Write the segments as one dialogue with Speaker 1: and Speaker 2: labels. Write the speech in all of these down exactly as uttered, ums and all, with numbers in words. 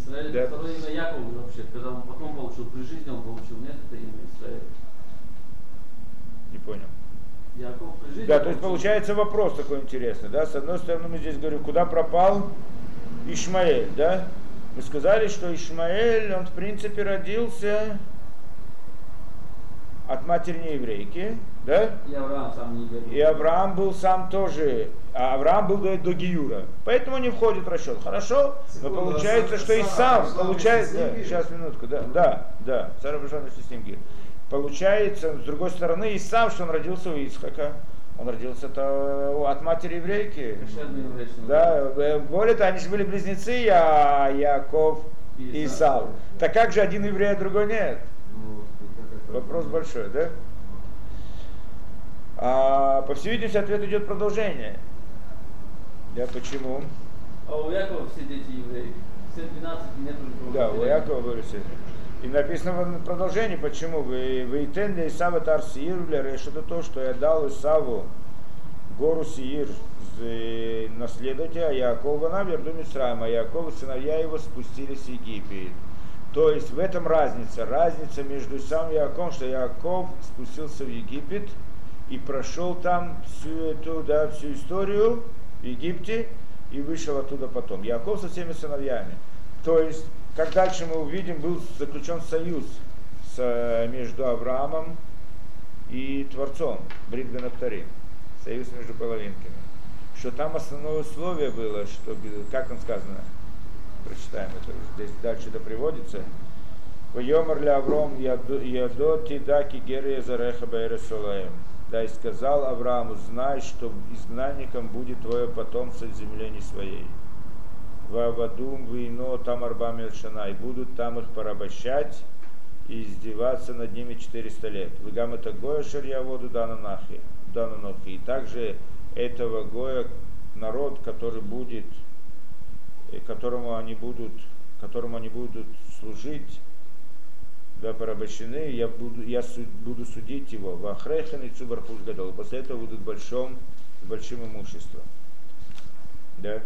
Speaker 1: Израиль
Speaker 2: Да.
Speaker 1: это второе имя Якова уже вообще, когда он потом получил, при жизни он получил, нет, это имя Израиль.
Speaker 2: Не понял.
Speaker 1: Яков при жизни
Speaker 2: Да, то есть
Speaker 1: получил.
Speaker 2: получается вопрос такой интересный, да, с одной стороны мы здесь говорим, куда пропал Ишмаэль, да? Мы сказали, что Ишмаэль, он в принципе родился от матери нееврейки, да?
Speaker 1: И Авраам сам не еврей.
Speaker 2: И Авраам был сам тоже, а Авраам был до, до Гиюра, поэтому не входит в расчет. Хорошо, но
Speaker 3: Секунду,
Speaker 2: получается,
Speaker 3: а
Speaker 2: что и
Speaker 3: Сара
Speaker 2: сам,
Speaker 3: пришла
Speaker 2: получается,
Speaker 3: вместе с
Speaker 2: да,
Speaker 3: ним,
Speaker 2: сейчас минутку, да, да, да, Сара пришла вместе с ним Гиюр. Получается, с другой стороны, и сам, что он родился у Ицхака, он родился-то от матери еврейки. Да, более того, они же были близнецы, я, Яков и Исав. Так как же один еврей, а другой нет? Вопрос большой, да? А, по всей видимости, ответ идет продолжение. Да, почему?
Speaker 1: А у Якова все дети евреи. Все двенадцать нет уже.
Speaker 2: Да, у Якова были все. И написано в продолжении, почему? Вы Вейтен для Исава Тар Сиир, что-то то, что я дал Исаву гору Сиир наследовать, а Якова на верду Мицраима, а Якова сыновья его спустились в Египет. То есть в этом разница. Разница между Исавом и Яковом, что Яков спустился в Египет и прошел там всю эту, да, всю историю в Египте и вышел оттуда потом. Яков со всеми сыновьями. То есть, как дальше мы увидим, был заключен союз с, между Авраамом и Творцом, Брит бен Авторим, союз между половинками. Что там основное условие было, что, как там сказано, прочитаем это, здесь дальше это приводится. Вайомар ля Авром ядо тидаки герия зареха бэйресолаем. Да, и сказал Аврааму, знай, что изгнанником будет твое потомство из земли не своей. Вавадум вино там арбами шана, и будут там их порабощать и издеваться над ними четыреста лет. Вегам это гоя шарья воду дананахи, дананохи. И также этого гоя народ, который будет, которому они будут, которому они будут служить, да, порабощены, я буду, я суд, буду судить его. Вахрехан и цубархуз гадол. После этого будут большим, с большим имуществом. Да.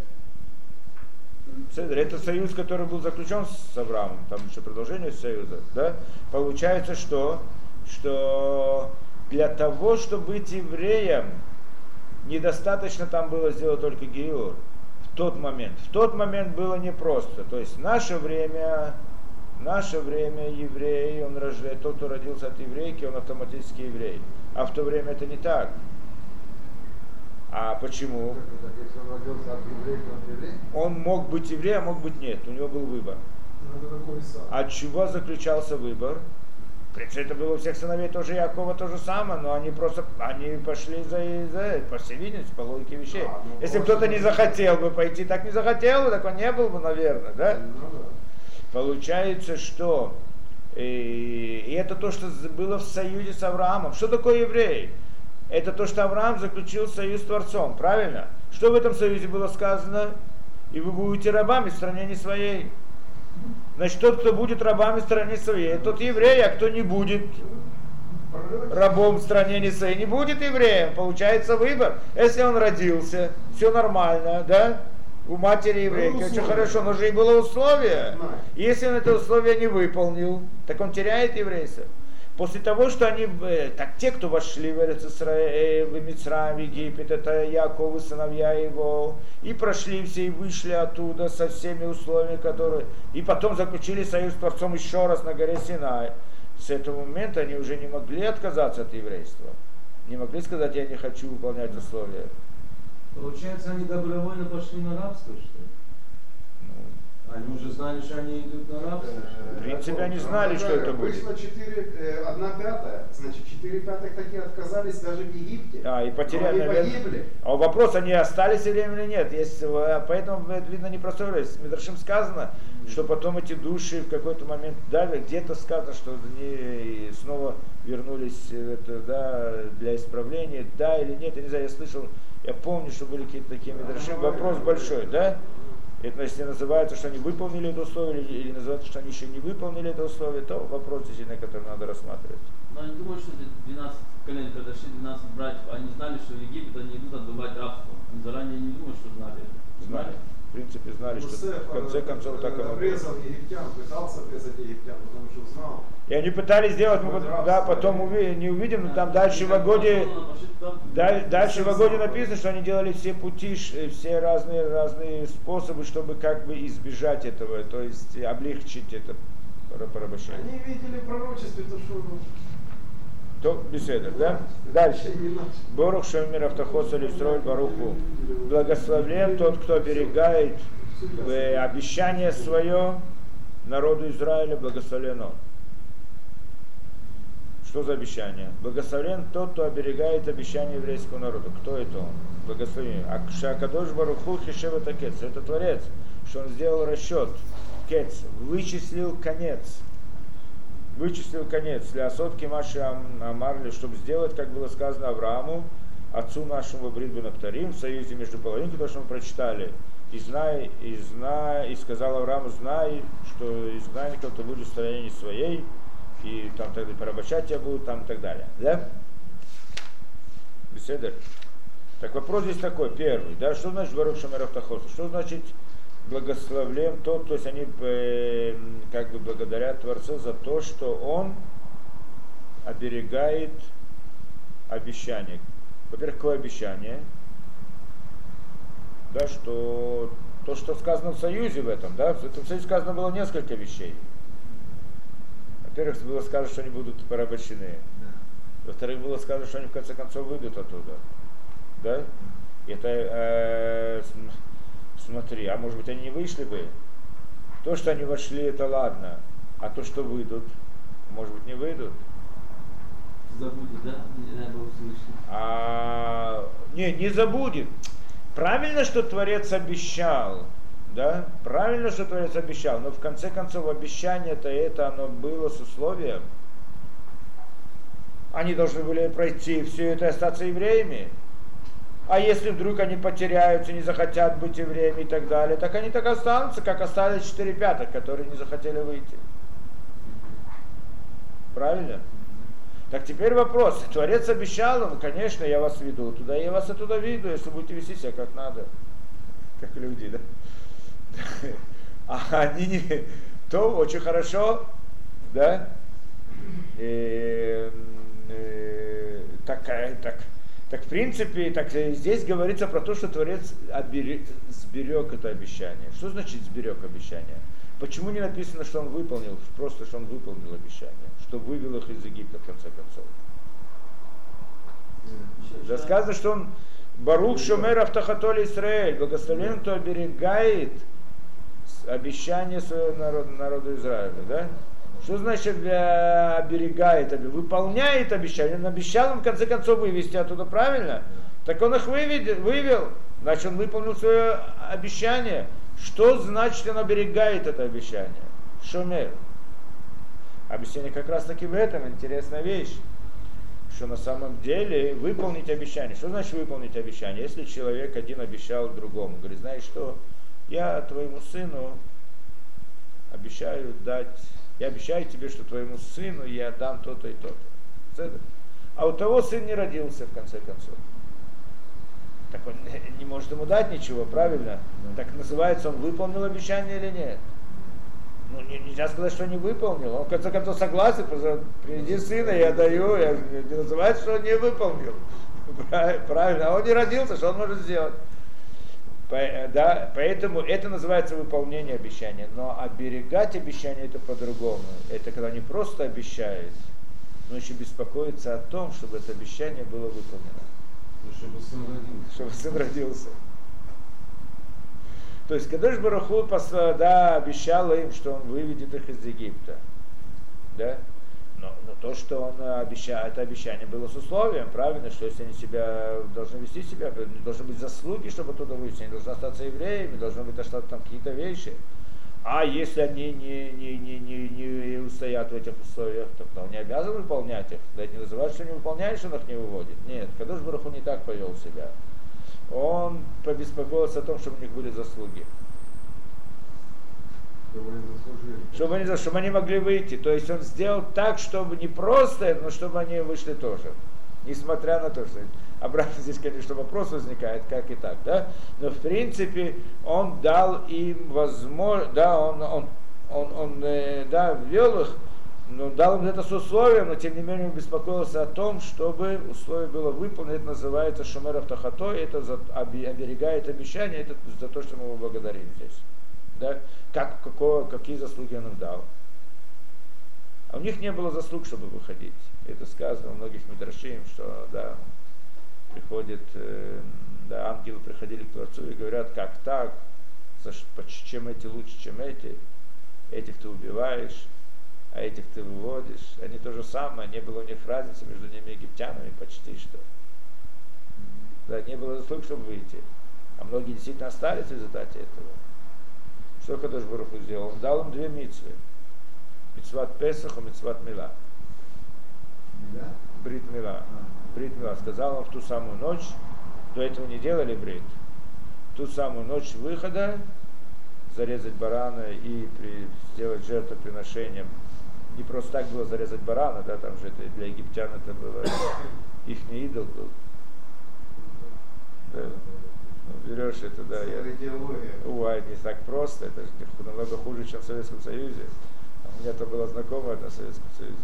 Speaker 2: Это союз, который был заключен с Авраамом, там еще продолжение союза, да? Получается, что, что для того, чтобы быть евреем, недостаточно там было сделать только гиюр в тот момент. В тот момент было непросто. То есть в наше время, в наше время еврей, он рождает, тот, кто родился от еврейки, он автоматически еврей. А в то время это не так. А почему?
Speaker 3: Если он родился от еврейки, он еврей?
Speaker 2: Он мог быть евреем, а мог быть нет. У него был выбор. От чего заключался выбор? В принципе, это было у всех сыновей тоже Якова то же самое, но они просто они пошли за, за по всей видимости, по логике вещей. А, ну, если бы кто-то не захотел бы пойти, так не захотел бы, так он не был бы, наверное, да? Ну, да. Получается, что и, и это то, что было в союзе с Авраамом. Что такое еврей? Это то, что Авраам заключил союз с Творцом, правильно? Что в этом союзе было сказано? И вы будете рабами в стране не своей. Значит, тот, кто будет рабами в стране своей, тот еврей, а кто не будет рабом в стране не своей, не будет евреем. Получается выбор. Если он родился, все нормально, да? У матери еврейки, очень хорошо, но же и было условие. Если он это условие не выполнил, так он теряет еврейство. После того, что они, так те, кто вошли в Эрец-Исраэль, в Мицраим, в Египет, это Яков и сыновья его, и прошли все, и вышли оттуда со всеми условиями, которые, и потом заключили союз с Творцом еще раз на горе Синай. С этого момента они уже не могли отказаться от еврейства. Не могли сказать, я не хочу выполнять условия.
Speaker 4: Получается, они добровольно пошли на рабство, что ли? Они уже знали, что они идут на рабство.
Speaker 2: В принципе, они знали, что это будет.
Speaker 3: Вышло четыре, одна пятая, значит, четыре пятых такие отказались даже в Египте.
Speaker 2: А, и потеряли,
Speaker 3: они
Speaker 2: наверное.
Speaker 3: Погибли.
Speaker 2: А вопрос, они остались время или нет. Есть, поэтому, это видно, непростой вопрос. С Мидрашим сказано, что потом эти души в какой-то момент, да, где-то сказано, что они снова вернулись это, да, для исправления, да или нет, я не знаю, я слышал, я помню, что были какие-то такие Мидрашим. Вопрос большой, да? Это, если называется, что они выполнили это условие, или, или называется, что они еще не выполнили это условие, то вопрос, действительно, который надо рассматривать.
Speaker 1: Но они думают, что эти двенадцать коленей, когда шли двенадцать братьев, они знали, что в Египет они идут отбывать рабство. Они заранее не думают, что знали это.
Speaker 2: Знали. принципе, знали, что
Speaker 3: Мусеф,
Speaker 2: в конце концов так оно было.
Speaker 3: обрезал египтян, пытался обрезать египтян, потому что узнал.
Speaker 2: И они пытались сделать, мы
Speaker 3: Вот
Speaker 2: потом-
Speaker 3: рабство,
Speaker 2: да, потом
Speaker 3: да.
Speaker 2: уви- не увидим, но там дальше в
Speaker 1: Никак
Speaker 2: Агоде,
Speaker 1: Фараона пошли туда.
Speaker 2: даль- дальше в
Speaker 3: Мусеф
Speaker 2: Агоде
Speaker 3: знал,
Speaker 2: написано,
Speaker 3: да.
Speaker 2: что они делали все пути, ш- все разные, разные способы, чтобы как бы избежать этого, то есть облегчить это пора- порабощение.
Speaker 3: Они видели в пророчестве то, что...
Speaker 2: То беседа, да? Дальше.
Speaker 3: Не иначе.
Speaker 2: Борух Шемир Автохоса Листроиль Баруху. Благословлен тот, кто оберегает э, обещание свое народу Израиля, благословлен он. Что за обещание? Благословлен тот, кто оберегает обещание еврейского народа. Кто это он? Благословен. А Шакадош Баруху Хишева Такец. Это Творец, что он сделал расчет. Кец. Вычислил конец. Вычислил конец для сотки Маши Амарли, чтобы сделать, как было сказано Аврааму, отцу нашему Бритбу Наптарим, в союзе между половинкой, то, что мы прочитали. И знай, и знай, и сказал Аврааму, знай, что изгнанников ты будешь в стороне своей, и там тогда порабощать тебя будут, там и так далее. Да? Беседа. Так вопрос здесь такой, первый, да, что значит Барух Шемер Автохоса? Что значит благословлен тот, то есть они э, как бы благодарят Творцу за то, что он оберегает обещание. Во-первых, какое обещание? Да, что то, что сказано в Союзе в этом, да, в этом Союзе сказано было несколько вещей. Во-первых, было сказано, что они будут порабощены. Во-вторых, было сказано, что они в конце концов выйдут оттуда. Да? Это э, смотри, а может быть они не вышли бы? То, что они вошли, это ладно. А то, что выйдут, может быть не выйдут.
Speaker 1: Забудет, да? Не надо было слышать.
Speaker 2: А, не, не забудет. Правильно, что Творец обещал. Да? Правильно, что Творец обещал. Но в конце концов обещание-то это оно было с условием. Они должны были пройти все это и остаться евреями. А если вдруг они потеряются, не захотят быть евреями и так далее, так они так останутся, как остались четыре пятых, которые не захотели выйти. Правильно? Так теперь вопрос. Творец обещал, ну конечно, я вас веду туда, я вас оттуда веду, если будете вести себя как надо. Как люди, да? А они не... То очень хорошо, да? И, и, так, так. Так в принципе, так здесь говорится про то, что Творец оберег, сберег это обещание. Что значит сберег обещание? Почему не написано, что он выполнил, просто что он выполнил обещание, что вывел их из Египта в конце концов? Да сказано, что он Барух Шомер Автохатоль Исраэль, благословен, кто оберегает обещание своего народа, народу Израиля, да? Что значит э, оберегает, выполняет обещание? Он обещал им в конце концов вывести оттуда, правильно? Так он их выведет, вывел, значит он выполнил свое обещание. Что значит он оберегает это обещание? Шомер. Объяснение как раз таки в этом, интересная вещь. Что на самом деле выполнить обещание. Что значит выполнить обещание? Если человек один обещал другому, говорит, знаешь что, я твоему сыну обещаю дать, я обещаю тебе, что твоему сыну я дам то-то и то-то. А у того сын не родился в конце концов. Так он не может ему дать ничего, правильно? Так называется, он выполнил обещание или нет? Ну, нельзя сказать, что не выполнил. Он в конце концов согласен, приведи сына, я даю, я, не называется, что он не выполнил. Правильно, а он не родился, что он может сделать? Да, поэтому это называется выполнение обещания. Но оберегать обещание это по-другому. Это когда не просто обещает, но еще беспокоится о том, чтобы это обещание было выполнено.
Speaker 4: Чтобы сын родился.
Speaker 2: Чтобы сын родился. То есть Кадош Барух Ху, да, обещал им, что он выведет их из Египта. Да? Но, но то, что он обещал, это обещание было с условием, правильно, что если они себя должны вести себя, должны быть заслуги, чтобы оттуда вывести, они должны остаться евреями, должны быть остаться там какие-то вещи. А если они не, не, не, не, не устоят в этих условиях, то он не обязан выполнять их. Да это не называют, что не выполняет, что он их не выводит. Нет, Кадош Барух Ху не так повел себя. Он побеспокоился о том, чтобы у них были заслуги.
Speaker 4: Чтобы они заслужили.
Speaker 2: Чтобы они, чтобы они могли выйти. То есть он сделал так, чтобы не просто, но чтобы они вышли тоже. Несмотря на то, что... обратно здесь, конечно, вопрос возникает, как и так, да? Но в принципе он дал им возможность, да, он, он, он, он э, да, ввел их, но дал им это с условием, но тем не менее он беспокоился о том, чтобы условие было выполнено. Это называется шумер автохато, это за, оберегает обещание, это за то, что мы его благодарим здесь. Да? Как, какого, какие заслуги он им дал. А у них не было заслуг, чтобы выходить. Это сказано у многих мидрашим, что да, приходит, э, да, ангелы приходили к Творцу и говорят, как так, чем эти лучше, чем эти, этих ты убиваешь, а этих ты выводишь. Они то же самое, не было у них разницы между ними и египтянами почти что. Да, не было заслуг, чтобы выйти. А многие действительно остались в результате этого. Что Кадош Барух Ху сделал? Он дал им две мицвы. Мицват Песах и Мицват Мила.
Speaker 4: Мила?
Speaker 2: Брит Мила. Брит Мила. Сказал он в ту самую ночь, до этого не делали брит. В ту самую ночь выхода зарезать барана и при, сделать жертвоприношением. Не просто так было зарезать барана, да, там же это для египтян это было, их не идол был. Да. Ну, берешь это, да, я... Уай, не так просто, это же намного хуже, чем в Советском Союзе. У меня там была знакомая одна в Советском Союзе.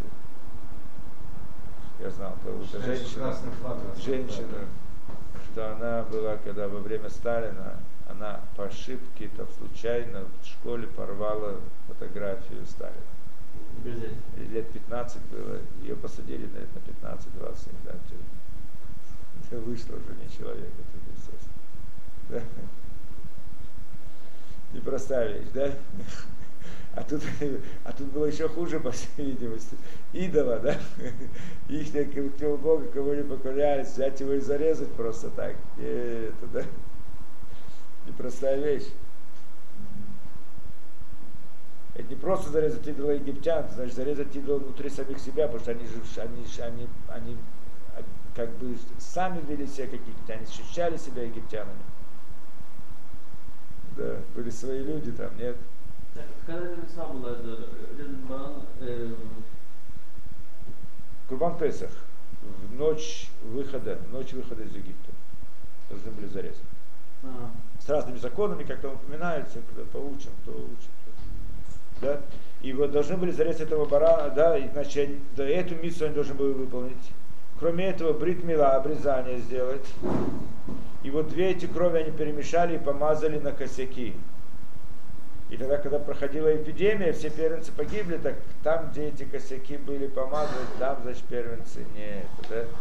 Speaker 2: Я знал, это женщина, женщина, что она была, когда во время Сталина, она по ошибке, там, случайно в школе порвала фотографию Сталина. Лет пятнадцать было, ее посадили, наверное, на пятнадцать-двадцать, да, это вышло уже не человек, это естественно. Да? Непростая вещь, да? А тут, а тут было еще хуже, по всей видимости. Идола, да? Ихнего Бога, кого не поклонялись, взять его и зарезать просто так. И это, да? Непростая вещь. Это не просто зарезать идола египтян, значит зарезать идола внутри самих себя, потому что они же, они, они, они как бы сами вели себя как египтяне, ощущали себя египтянами. Да, были свои люди там, нет?
Speaker 1: Так, когда это митцва была, это резать баран? Э...
Speaker 2: Курбан Песах. В ночь выхода, в ночь выхода из Египта должны были зарезать. А. С разными законами, как там упоминается, когда поучим, то учим. Да? И вот должны были зарезать этого барана, да, и значит, да, эту миссию они должны были выполнить. Кроме этого, брит мила, обрезание сделать. И вот две эти крови они перемешали и помазали на косяки. И тогда, когда проходила эпидемия, все первенцы погибли, так там, где эти косяки были помазаны, там, значит, первенцы не это, да?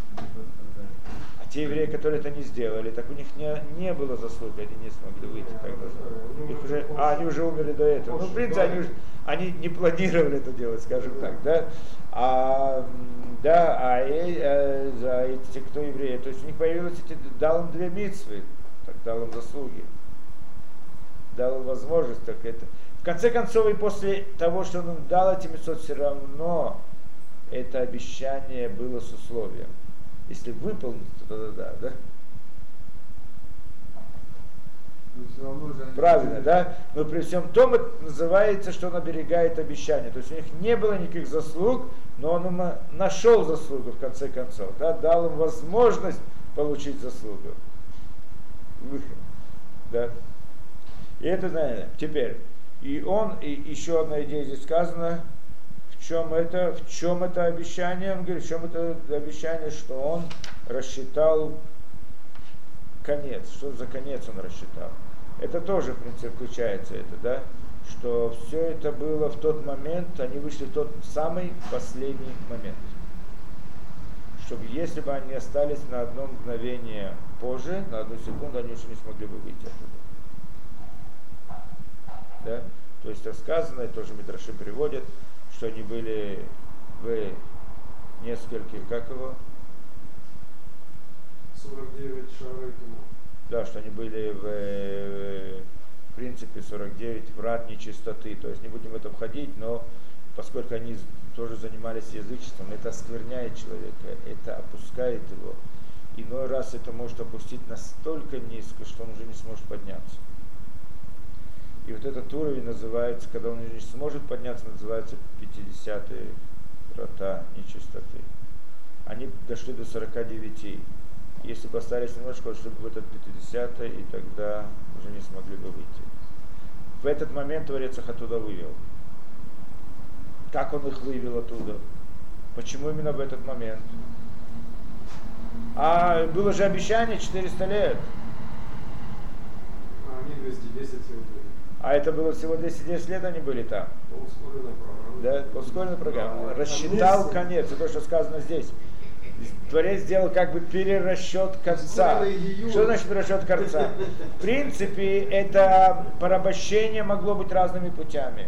Speaker 2: А те евреи, которые это не сделали, так у них не, не было заслуг, они не смогли выйти так должно. Их уже, а они уже умерли до этого. Ну, в принципе, они, уже, они не планировали это делать, скажем так, да? А, да, а, а, а эти, кто евреи, то есть у них появилось, эти, дал им две мицвы, так дал им заслуги. Дал им возможность, так это. В конце концов, и после того, что он им дал эти мицвот, все равно это обещание было с условием. Если выполнить, то тогда да, да? Правильно, да? Но при всем том это называется, что он оберегает обещание. То есть у них не было никаких заслуг, но он им нашел заслугу в конце концов, да? Дал им возможность получить заслугу. Да? И это, наверное, теперь. И он, и еще одна идея здесь сказана, в чем это, в чем это обещание, он говорит, в чем это обещание, что он рассчитал конец, что за конец он рассчитал. Это тоже, в принципе, включается это, да, что все это было в тот момент, они вышли в тот самый последний момент. Чтобы если бы они остались на одно мгновение позже, на одну секунду, они уже не смогли бы выйти оттуда. Да? То есть рассказано, и тоже Мидраши приводят, что они были в нескольких, как его?
Speaker 3: сорок девять шарыков.
Speaker 2: Да, что они были в, в принципе сорок девять врат нечистоты. То есть не будем в это входить, но поскольку они тоже занимались язычеством, это оскверняет человека, это опускает его. Иной раз это может опустить настолько низко, что он уже не сможет подняться. И вот этот уровень называется, когда он не сможет подняться, называется пятидесятые врата нечистоты. Они дошли до сорока девяти. если бы остались немножко, чтобы в этот пятидесятый, и тогда уже не смогли бы выйти. В этот момент Творец их оттуда вывел. Как он их вывел оттуда? Почему именно в этот момент? А было же обещание четыреста лет.
Speaker 3: А они двести десять всего были.
Speaker 2: А это было всего двести десять лет они были там.
Speaker 3: По ускоренной программе.
Speaker 2: Да, по ускоренной программе. Рассчитал конец. Это то, что сказано здесь. Творец сделал как бы перерасчет конца. Что значит перерасчет конца? В принципе, это порабощение могло быть разными путями.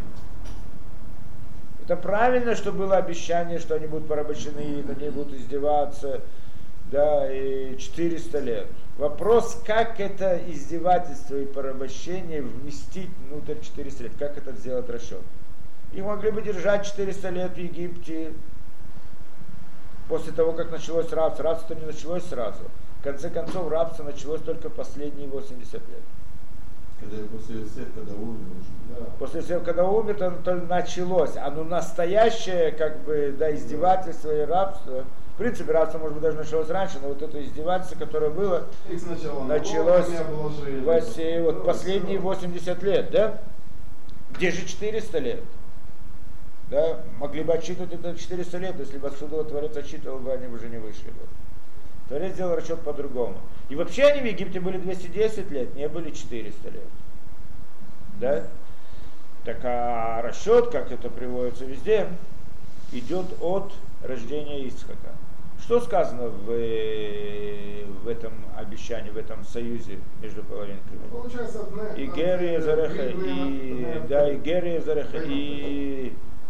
Speaker 2: Это правильно, что было обещание, что они будут порабощены, над ней будут издеваться. Да, и четыреста лет. Вопрос, как это издевательство и порабощение вместить внутрь четыреста лет, как это сделать расчет. Их могли бы держать четыреста лет в Египте, после того, как началось рабство. Рабство не началось сразу. В конце концов, рабство началось только последние восемьдесят лет.
Speaker 5: Когда после Иосифа, когда умер уже.
Speaker 3: Да.
Speaker 2: После Иосифа, когда умер, то оно только началось. Оно настоящее, как бы, да, издевательство и рабство. В принципе, рабство, может быть, даже началось раньше, но вот это издевательство, которое было,
Speaker 3: Их сначала
Speaker 2: началось
Speaker 3: обложили.
Speaker 2: в вот, последние восемьдесят лет, да? Где же четыреста лет? Да? Могли бы отсчитывать это четыреста лет, если бы отсюда Творец отсчитывал бы, они уже не вышли бы. Творец сделал расчет по-другому. И вообще они в Египте были двести десять лет, не были четыреста лет. Да? Так а расчет, как это приводится везде, идет от рождения Ицхака. Что сказано в, в этом обещании, в этом союзе между половинками?
Speaker 3: Получается, одна,
Speaker 2: И Герия Зареха, и да, и Герия Зареха, и,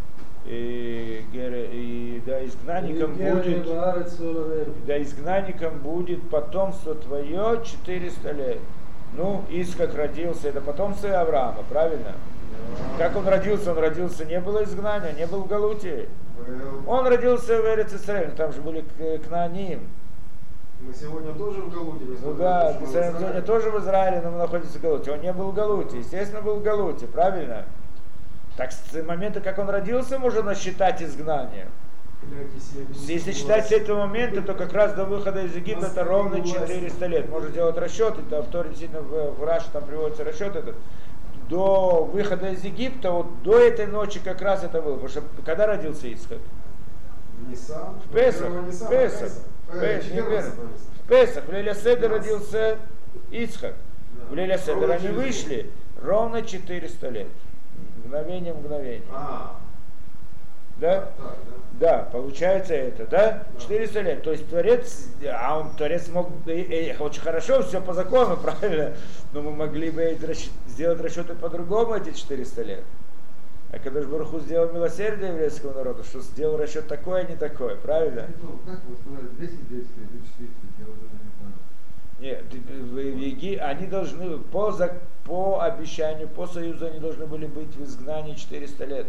Speaker 2: и, Герия, и да, изгнанником будет, да, изгнанником будет потомство твое четыреста лет. Ну, Ицхак родился, это потомство Авраама, правильно? Как он родился? Он родился, не было изгнания, не был в Галуте. Он родился в Эрец-Исраэль, там же были кнааним.
Speaker 3: Мы сегодня тоже в Галуте.
Speaker 2: Ну да, мы сегодня тоже в Израиле, но мы находимся в Галуте. Он не был в Галуте, естественно, был в Галуте, правильно? Так с момента, как он родился, можно считать изгнанием. Если считать с этого момента, то как раз до выхода из Египта это ровно четыреста лет. Можно сделать расчет, это в Торе действительно в, в Раши там приводится расчет этот. До выхода из Египта, вот до этой ночи как раз это было. Потому что когда родился Ицхак?
Speaker 3: Нисан.
Speaker 2: В Песах. В Песах. В Песах. В Леля Седер родился Ицхак. В Леля Седер они вышли ровно четыреста лет. Мгновение, мгновение.
Speaker 3: А,
Speaker 2: Да?
Speaker 3: так, да.
Speaker 2: Да, получается это, да? четыреста лет. То есть Творец, а он, Творец мог бы, э, э, очень хорошо, все по закону, правильно? Но мы могли бы расчет, сделать расчеты по-другому эти четыреста лет. А когда же Баруху сделал милосердие еврейского народа, что сделал расчет такой, а не такой, правильно?
Speaker 5: Как вы сказали, двести десять или четыреста, я уже не знаю.
Speaker 2: Нет, в Еги, они должны, по, по обещанию, по союзу, они должны были быть в изгнании четыреста лет.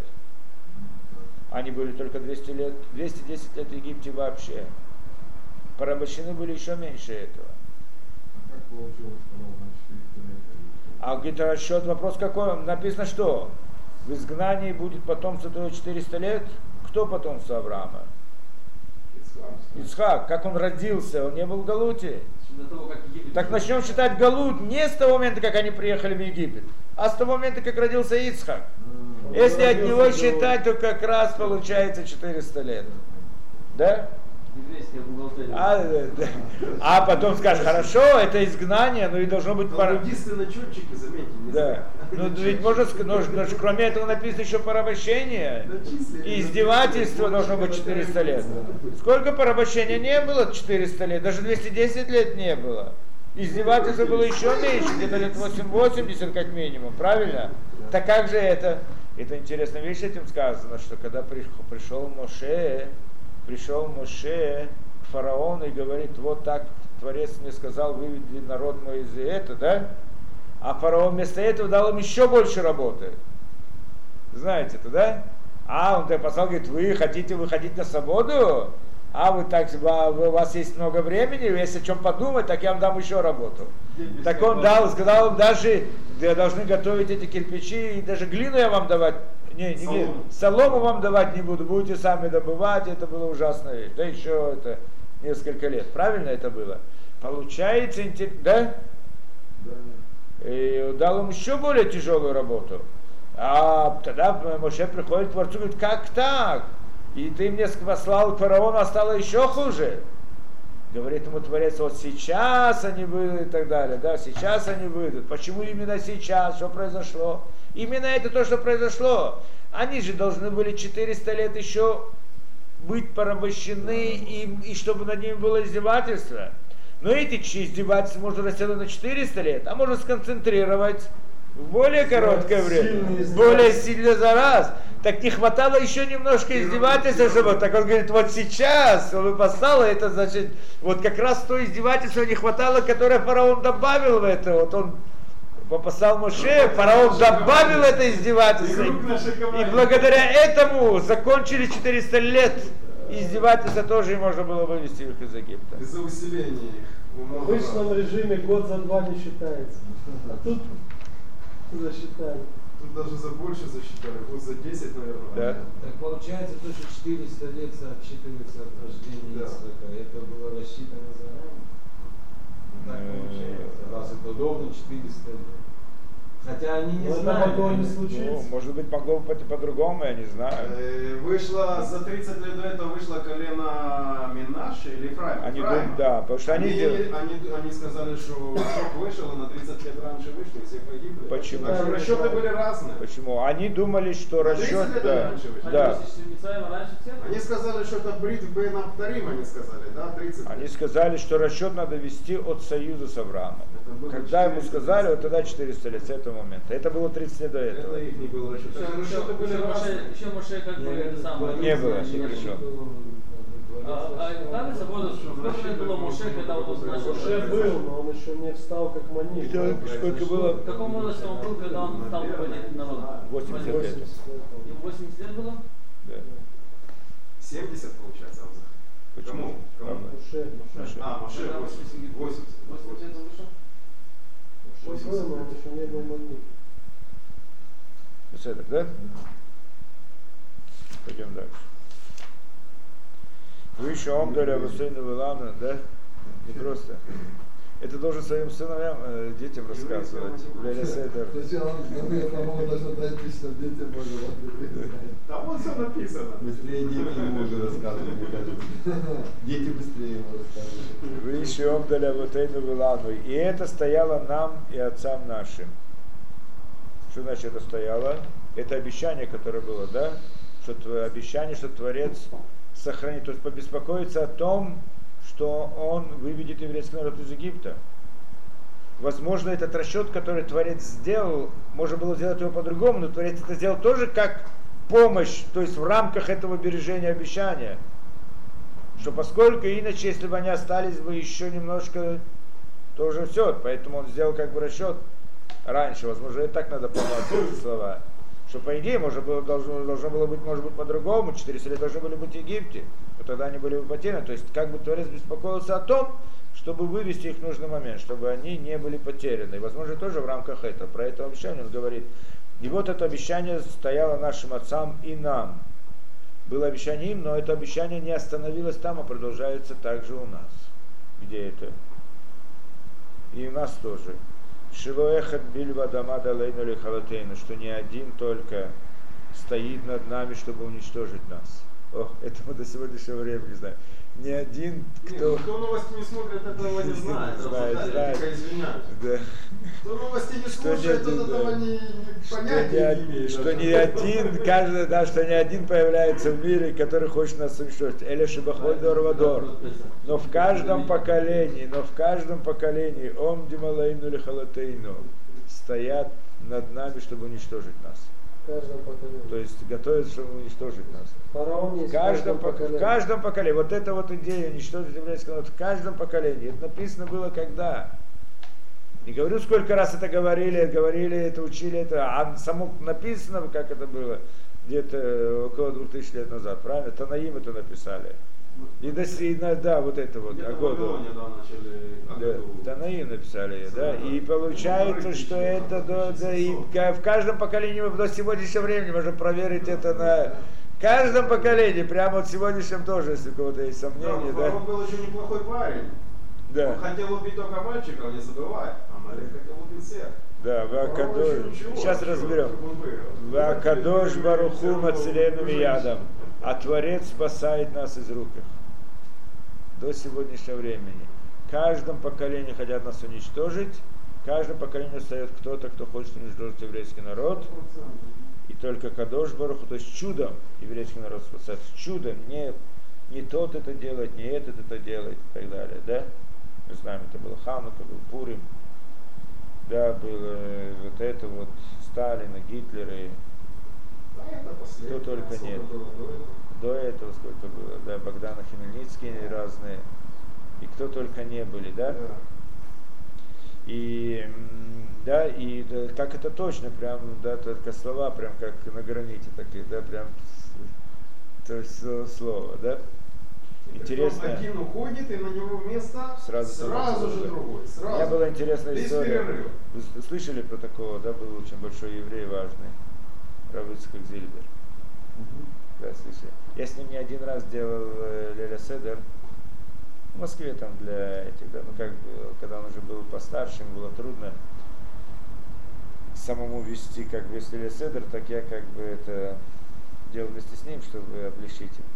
Speaker 2: Они были только двести лет, двести десять лет в Египте вообще. Порабощены были еще меньше этого.
Speaker 5: А как получилось, что ровно четыреста лет?
Speaker 2: А где-то расчет, вопрос какой? Написано что? В изгнании будет потомство твое четыреста лет. Кто потомство Авраама?
Speaker 3: Ицхак.
Speaker 2: Ицхак. Как он родился? Он не был в Галуте.
Speaker 1: До того, как Египет...
Speaker 2: Так начнем считать Галут не с того момента, как они приехали в Египет, а с того момента, как родился Ицхак. Если от него считать, то как раз получается четыреста лет. Да?
Speaker 1: Еврейская бухгалтерия.
Speaker 2: А, да. А потом скажешь, хорошо, это изгнание, но и должно быть пора.
Speaker 3: Единственное, счетчики, заметьте. не
Speaker 2: Да.
Speaker 3: знаю.
Speaker 2: Ну ведь можно сказать, но, но же кроме этого написано еще порабощение.
Speaker 3: Начислили.
Speaker 2: И издевательство должно быть четыреста лет. Сколько порабощения не было четыреста лет, даже двести десять лет не было. Издевательство было еще меньше, где-то лет восемьдесят как минимум, правильно? Так как же это? Это интересная вещь этим сказано, что когда пришел Моше, пришел Моше к фараону и говорит, вот так Творец мне сказал, выведи народ мой из этого, да? А фараон вместо этого дал им еще больше работы. Знаете это, да? А он послал, говорит, вы хотите выходить на свободу? А вы так, у вас есть много времени, если о чем подумать, так я вам дам еще работу. Так он дал, сказал им, даже должны готовить эти кирпичи, и даже глину я вам давать, не, не глину, солому вам давать не буду, будете сами добывать, это было ужасная вещь. Да еще это несколько лет, правильно это было? Получается, интер- да?
Speaker 5: Да.
Speaker 2: И дал им еще более тяжелую работу. А тогда Моше приходит к Творцу и говорит, как так? И ты мне послал к фараону, а стало еще хуже. Говорит ему Творец, вот сейчас они выйдут и так далее, да, сейчас они выйдут. Почему именно сейчас? Что произошло? Именно это то, что произошло. Они же должны были четыреста лет еще быть порабощены, и, и чтобы над ними было издевательство. Но эти издевательства можно растянуть на четыреста лет, а можно сконцентрировать в более короткое время, более сильно за раз. Так не хватало еще немножко издевательства, чтобы... Так он говорит, вот сейчас он послал, это значит, вот как раз то издевательство не хватало, которое фараон добавил в это. Вот он послал Моше, фараон добавил это издевательство. И благодаря этому закончили четыреста лет. Издевательства тоже и можно было вывести их из Египта.
Speaker 3: Из-за усиления их.
Speaker 6: В обычном режиме год за два не считается. А тут засчитали.
Speaker 3: Тут даже за больше засчитали, год за десять, наверное.
Speaker 2: Да.
Speaker 4: Так получается то, что четыреста лет отсчитывается от рождения
Speaker 3: Да.
Speaker 4: Ицхака. Это было рассчитано заранее. Так получается. Раз это ровно четыреста лет. Хотя они не
Speaker 6: Но это
Speaker 4: знали.
Speaker 6: могло не
Speaker 4: они-
Speaker 6: случиться.
Speaker 2: Ну, может быть, могло бы быть по-другому, я не знаю.
Speaker 3: Э, Вышло, за тридцать лет до этого вышло колено Минаши или Ефраима?
Speaker 2: Они
Speaker 3: Ефраима.
Speaker 2: думают, да, потому что они
Speaker 3: Они,
Speaker 2: делают.
Speaker 3: они, они сказали, что шок вышел, и на тридцать лет раньше вышли, и все погибли.
Speaker 2: Почему?
Speaker 3: Так что расчеты были разные.
Speaker 2: Почему? Они думали, что
Speaker 3: На
Speaker 2: расчет,
Speaker 3: тридцать лет
Speaker 2: да,
Speaker 3: раньше вышли.
Speaker 2: да.
Speaker 1: Они вышли из Мицраима раньше всех?
Speaker 3: Они сказали, что это Брит Бен Авторим, они сказали, да, тридцать лет.
Speaker 2: Они сказали, что расчет надо вести от союза с Авраамом.
Speaker 3: Это было
Speaker 2: Когда ему
Speaker 3: четыреста
Speaker 2: сказали,
Speaker 3: лет.
Speaker 2: вот тогда четыреста лет с этого момента. Это было тридцать лет до этого.
Speaker 3: Это их не был расчет. Так что
Speaker 1: Еще,
Speaker 3: расчеты были
Speaker 1: еще,
Speaker 3: разные.
Speaker 1: Моше, еще Моше как бы это самое.
Speaker 2: Не было,
Speaker 1: не
Speaker 2: не
Speaker 1: решил.
Speaker 2: было.
Speaker 1: А, а кажется, вот, в каком лет было Моше, когда вот он начал?
Speaker 6: Уже был, но он еще не встал как манит.
Speaker 2: Сколько было?
Speaker 1: В каком возрасте он был, когда он стал выводить народ?
Speaker 2: восемьдесят лет.
Speaker 1: Ему восемьдесят лет было?
Speaker 2: Да.
Speaker 3: семьдесят получается, Авзах.
Speaker 2: Почему?
Speaker 3: Кому?
Speaker 2: Правда.
Speaker 6: Моше.
Speaker 2: Моше.
Speaker 3: А, Моше
Speaker 1: Когда
Speaker 3: восемьдесят. восемьдесят.
Speaker 1: восемьдесят лет он вышел?
Speaker 6: Уже был, но он еще не был манит.
Speaker 2: Вот это, да? Пойдем дальше. Вы еще омдали Абусейна Вилана, да? Не просто. Это должен своим сыновьям, э, детям рассказывать. Леля Седер.
Speaker 5: Сначала, ну, я, по-моему, должен дать тысячу, чтобы детям можно было.
Speaker 3: Там вот все написано.
Speaker 5: Быстрее дети ему уже рассказывают, мне кажется. Дети быстрее ему рассказывают.
Speaker 2: Вы еще омдали Абусейна Вилану. И это стояло нам и отцам нашим. Что значит это стояло? Это обещание, которое было, да? Что тво- обещание, что Творец сохранит, то есть побеспокоится о том, что он выведет еврейский народ из Египта. Возможно, этот расчет, который Творец сделал, можно было сделать его по-другому, но Творец это сделал тоже как помощь, то есть в рамках этого бережения обещания. Что поскольку иначе, если бы они остались бы еще немножко, то уже все. Поэтому он сделал как бы расчет раньше. Возможно, и так надо понять эти слова. Что по идее можно было, должно, должно было быть, может быть, по-другому. четыреста лет должны были быть в Египте. Но тогда они были бы потеряны. То есть как бы Творец беспокоился о том, чтобы вывести их в нужный момент, чтобы они не были потеряны. И, возможно, тоже в рамках этого. Про это обещание он говорит. И вот это обещание стояло нашим отцам и нам. Было обещание им, но это обещание не остановилось там, а продолжается также у нас. Где это? И у нас тоже. Шилоэхат бильва дамада лейну лихалатейну, что не один только стоит над нами, чтобы уничтожить нас. Ох, это мы до сегодняшнего времени не знаем. Не один, кто...
Speaker 3: Нет, кто новости не смотрит, этого не знает.
Speaker 2: Знает,
Speaker 3: Я
Speaker 2: знает.
Speaker 3: только извиняюсь.
Speaker 2: Да.
Speaker 3: Кто новости не
Speaker 2: Что
Speaker 3: слушает,
Speaker 2: не
Speaker 3: тот
Speaker 2: один,
Speaker 3: этого
Speaker 2: да.
Speaker 3: не, не
Speaker 2: Что не,
Speaker 3: понятия не
Speaker 2: один,
Speaker 3: имеет.
Speaker 2: что
Speaker 3: даже.
Speaker 2: не один, каждый, да, что не один появляется в мире, который хочет нас уничтожить. Эля шибахоль дорвадор. Но в каждом поколении, но в каждом поколении ом дималейну лихалатейну стоят над нами, чтобы уничтожить нас.
Speaker 6: В каждом поколении.
Speaker 2: То есть готовятся, чтобы уничтожить нас.
Speaker 6: Фараон
Speaker 2: В
Speaker 6: есть
Speaker 2: каждом,
Speaker 6: в
Speaker 2: пок-
Speaker 6: поколении.
Speaker 2: в каждом поколении. Вот эта вот идея уничтожить еврейский народ в каждом поколении. Это написано было когда? Не говорю, сколько раз это говорили, говорили, это учили, это, а само написано, как это было, где-то около двух тысяч лет назад, правильно? Танаим это написали. И до сей- да, вот это вот,
Speaker 3: Где-то в
Speaker 2: Агоду.
Speaker 3: Вавилоне, да, начали
Speaker 2: Да,
Speaker 3: Агоду.
Speaker 2: Танаим написали ее, да,
Speaker 3: Да,
Speaker 2: и
Speaker 3: да.
Speaker 2: получается,
Speaker 3: Ну,
Speaker 2: что
Speaker 3: практически,
Speaker 2: это
Speaker 3: да,
Speaker 2: до, да, и
Speaker 3: практически
Speaker 2: ка- в каждом поколении мы до сегодняшнего времени можем проверить это на каждом поколении, прямо вот в сегодняшнем тоже, если у кого-то есть
Speaker 3: Да,
Speaker 2: сомнения, да.
Speaker 3: Фараон был очень неплохой парень.
Speaker 2: Да.
Speaker 4: Он хотел убить только мальчиков, не забывай. Амалек хотел убить всех.
Speaker 2: Да, Вакадош. Сейчас разберем.
Speaker 4: Вакадош
Speaker 2: Вакадош Баруху Мацелену Ядом. А Творец спасает нас из рук их. До сегодняшнего времени. В каждом поколении хотят нас уничтожить. В каждом поколении встает кто-то, кто хочет уничтожить еврейский народ. И только Кадош Баруху, то есть чудом еврейский народ спасает. Чудом, не, не тот это делает, не этот это делает и так далее. Да? Мы знаем, это был Ханука, был Пурим. Да, было вот это вот Сталина, Гитлера, кто только нет. До этого сколько было, да, Богдана Хмельницкий разные, и кто только не были, да. И да, и да, как это точно, прям, да, только слова, прям как на граните такие, да, прям то есть слово, да. Интересно.
Speaker 3: Один уходит, и на него место
Speaker 2: сразу,
Speaker 3: сразу же другой. Сразу.
Speaker 2: У меня была интересная
Speaker 3: Без
Speaker 2: история.
Speaker 3: перерыва.
Speaker 2: Вы слышали про такого, да, был очень большой еврей, важный, Рав Ицхак Зильбер. Да, слышали. Я с ним не один раз делал э, Леля Седер в Москве там для этих, да, ну как бы, когда он уже был постарше, ему было трудно самому вести как бы если Леля Седер, так я как бы это делал вместе с ним, чтобы облегчить им.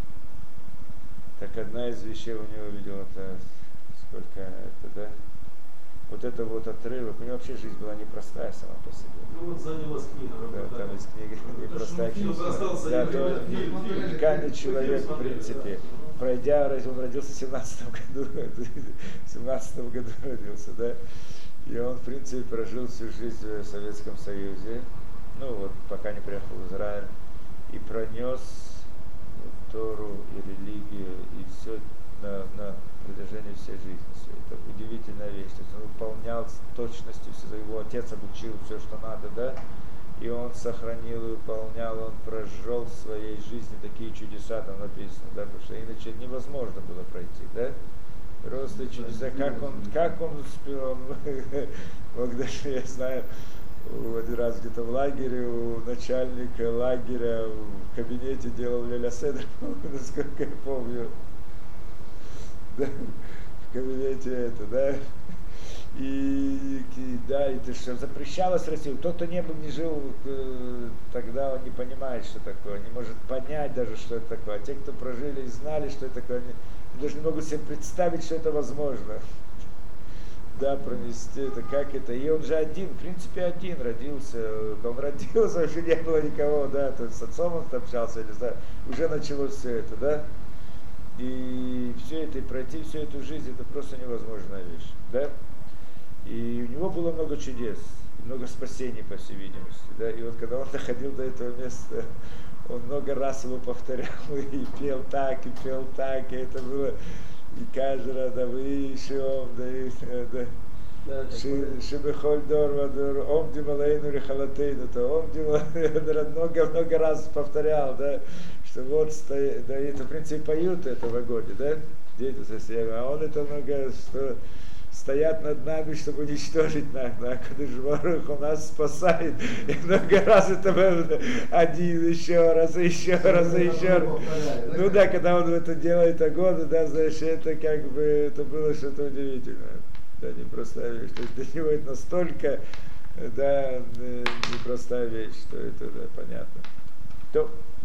Speaker 2: Так одна из вещей у него видел, это сколько это, да, вот это вот отрывок, у него вообще жизнь была непростая сама по себе.
Speaker 1: Ну вот занялась книга.
Speaker 2: Да, там из книги непростая
Speaker 1: фильм
Speaker 2: книга.
Speaker 1: остался,
Speaker 2: Да,
Speaker 1: фильм,
Speaker 2: то
Speaker 1: фильм, фильм.
Speaker 2: уникальный человек, в принципе. Пройдя, он родился в семнадцатом году, в семнадцатом году родился, да, и он, в принципе, прожил всю жизнь в Советском Союзе, ну вот, пока не приехал в Израиль, и пронес Тору и религию, и все на, на протяжении всей жизни. Все. Это удивительная вещь. То есть он выполнял с точностью, все, его отец обучил все, что надо, да, и он сохранил и выполнял, он прожил в своей жизни такие чудеса, там написано, да, потому что иначе невозможно было пройти, да. Просто чудеса, как он, как он успел, он мог даже, я знаю, один раз где-то в лагере, у начальника лагеря в кабинете делал Леля Седер, насколько я помню. Да, в кабинете это, да. И, и да, это что запрещалось в России. Тот, кто не был, не жил, тогда он не понимает, что такое, не может понять даже, что это такое. А те, кто прожили и знали, что это такое, они даже не могут себе представить, что это возможно. Да, пронести это, как это. И он же один, в принципе, один родился. Он родился, вообще не было никого, да, то есть с отцом он общался, не знаю, уже началось все это, да. И все это, и пройти всю эту жизнь, это просто невозможная вещь, да. И у него было много чудес, много спасений, по всей видимости, да. И вот когда он доходил до этого места, он много раз его повторял, и пел так, и пел так, и это было... И каждый раз, да, вы шиом, да, и, да, шибехоль дор, вадор, ом дималейну рихалатейну, то ом дималейну, много-много раз повторял, да, что вот стоит, да, и это, в принципе, поют это в Агоде, да, дети совсем, а он это много, что стоят над нами, чтобы уничтожить нас, а Кадыш-Барух он нас спасает, и много раз это был один, еще раз, еще раз, еще раз. Ну да, когда он это делает года, да, знаешь, это как бы, это было что-то удивительное, да, непростая вещь, то есть для него это настолько, да, непростая вещь, что это, да, понятно. То,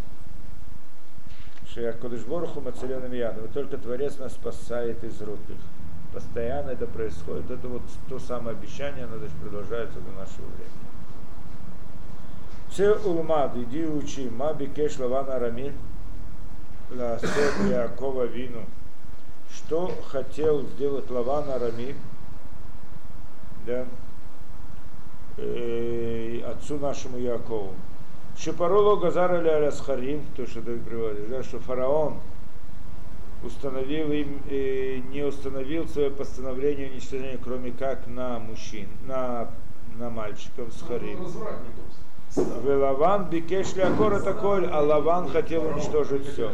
Speaker 2: что я Кадыш-Баруху мацеленным ядом, только Творец нас спасает из рук их. Постоянно это происходит. Это вот то самое обещание, оно даже продолжается до нашего времени. Все улмад, иди учи, маби кеш лаван арамиль, ласот Якова вину. Что хотел сделать Лаван Арамиль, да, э, отцу нашему Якову. Шепароло Газара Лялясхарим, то, что ты приводишь, да, что фараон установил им, э, не установил свое постановление уничтожения, кроме как на мужчин, на, на мальчиков с Харим. В Лаван бикеш лякора такой, а Лаван хотел уничтожить все.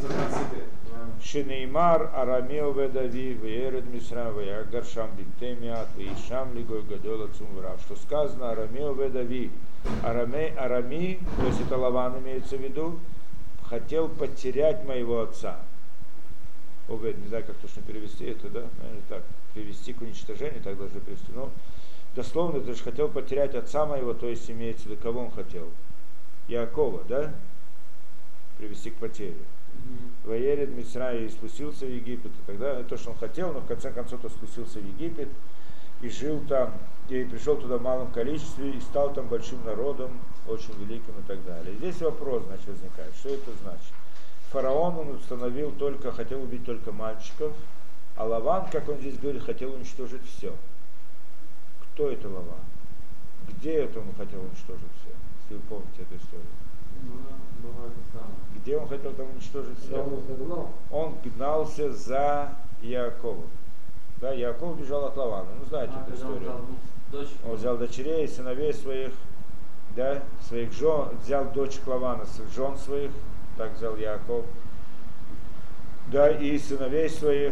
Speaker 2: Шинеймар Арамео ведави вееред мисра веягдар шам бинтемиат веишам лигой гадола цумврав. Что сказано Арамео ведави. Араме, Арами, то есть это Лаван имеется в виду, хотел потерять моего отца. Овед, не знаю, как точно перевести это, да, наверное, так, привести к уничтожению, так должны привести, но дословно, ты же хотел потерять отца моего, то есть имеется в виду, кого он хотел? Яакова, да? Привести к потере. Ваеред Мицрай и спустился в Египет, и тогда то, что он хотел, но в конце концов он спустился в Египет и жил там, и пришел туда в малом количестве, и стал там большим народом, очень великим и так далее. И здесь вопрос, значит, возникает, что это значит? Фараон он установил только, хотел убить только мальчиков, а Лаван, как он здесь говорит, хотел уничтожить все. Кто это Лаван? Где это он хотел уничтожить все? Если вы помните эту историю.
Speaker 1: Ну да, бывает и самое.
Speaker 2: Где он хотел там уничтожить
Speaker 6: Да,
Speaker 2: все?
Speaker 6: он их догнал.
Speaker 2: Он гнался за Яаковом. Да, Яаков бежал от Лавана. Ну, знаете
Speaker 1: А,
Speaker 2: эту
Speaker 1: когда он
Speaker 2: историю.
Speaker 1: взял двух дочек,
Speaker 2: Он взял дочерей, сыновей своих, да, своих жен, взял дочь Лавана, жен своих, так взял Яаков, да, и сыновей своих,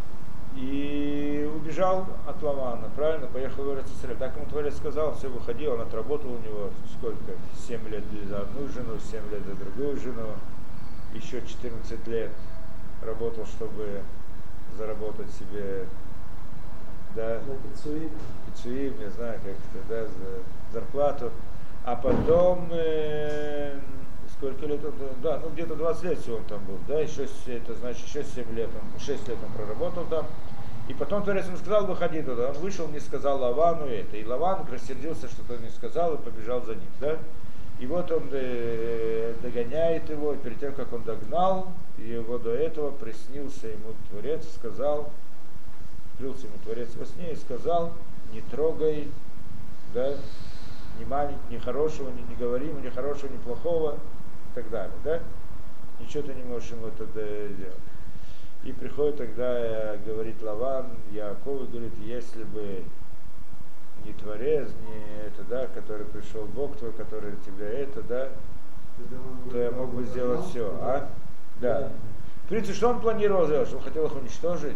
Speaker 2: и убежал от Лавана, правильно, поехал в Иерусалим. Так ему Творец сказал, все, выходи, он отработал у него сколько, семь лет за одну жену, семь лет за другую жену, еще четырнадцать лет работал, чтобы заработать себе, да,
Speaker 6: На пиццуи.
Speaker 2: пиццуим, не знаю, как это, да, за зарплату. А потом, э, сколько лет он, да, ну где-то двадцать лет всего он там был, да, еще, это значит, еще семь лет, он, шесть лет он проработал там. И потом Творец ему сказал, выходи туда. Он вышел, не сказал Лавану это. И Лаван рассердился, что тот не сказал, и побежал за ним, да. И вот он э, догоняет его, и перед тем, как он догнал, его до этого приснился ему Творец, сказал, прился ему Творец во сне и сказал, не трогай, да, ни маленького, ни хорошего, ни, не говори ему, ни хорошего, ни плохого, и так далее, да? Ничего ты не можешь ему это сделать. И приходит тогда, говорит Лаван, Яаков, и говорит, если бы не Творец, не это, да, который пришел Бог твой, который тебя это, да, то я мог бы сделать все, а? Да. В принципе, что он планировал сделать? Что он хотел их уничтожить?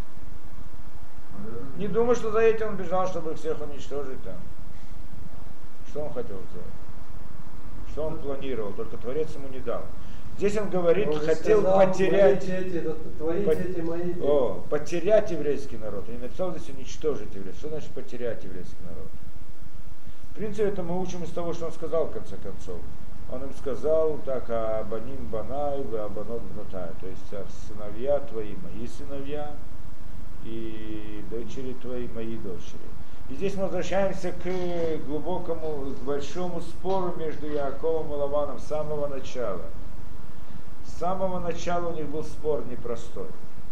Speaker 2: Не думаю, что за этим он бежал, чтобы всех уничтожить там. Что он хотел сделать? Что он планировал? Только Творец ему не дал. Здесь он говорит,
Speaker 6: Он
Speaker 2: хотел
Speaker 6: сказал,
Speaker 2: потерять,
Speaker 6: творите эти, да, творите
Speaker 2: Пот-
Speaker 6: эти мои дела.
Speaker 2: о, потерять еврейский народ. Он не написал здесь уничтожить еврейский. Что значит потерять еврейский народ? В принципе, это мы учим из того, что он сказал в конце концов. Он им сказал так, абаним банай, абанот бнатай. То есть а сыновья твои, мои сыновья, и дочери твои, мои дочери. И здесь мы возвращаемся к глубокому, к большому спору между Яаковом и Лаваном с самого начала. С самого начала у них был спор непростой.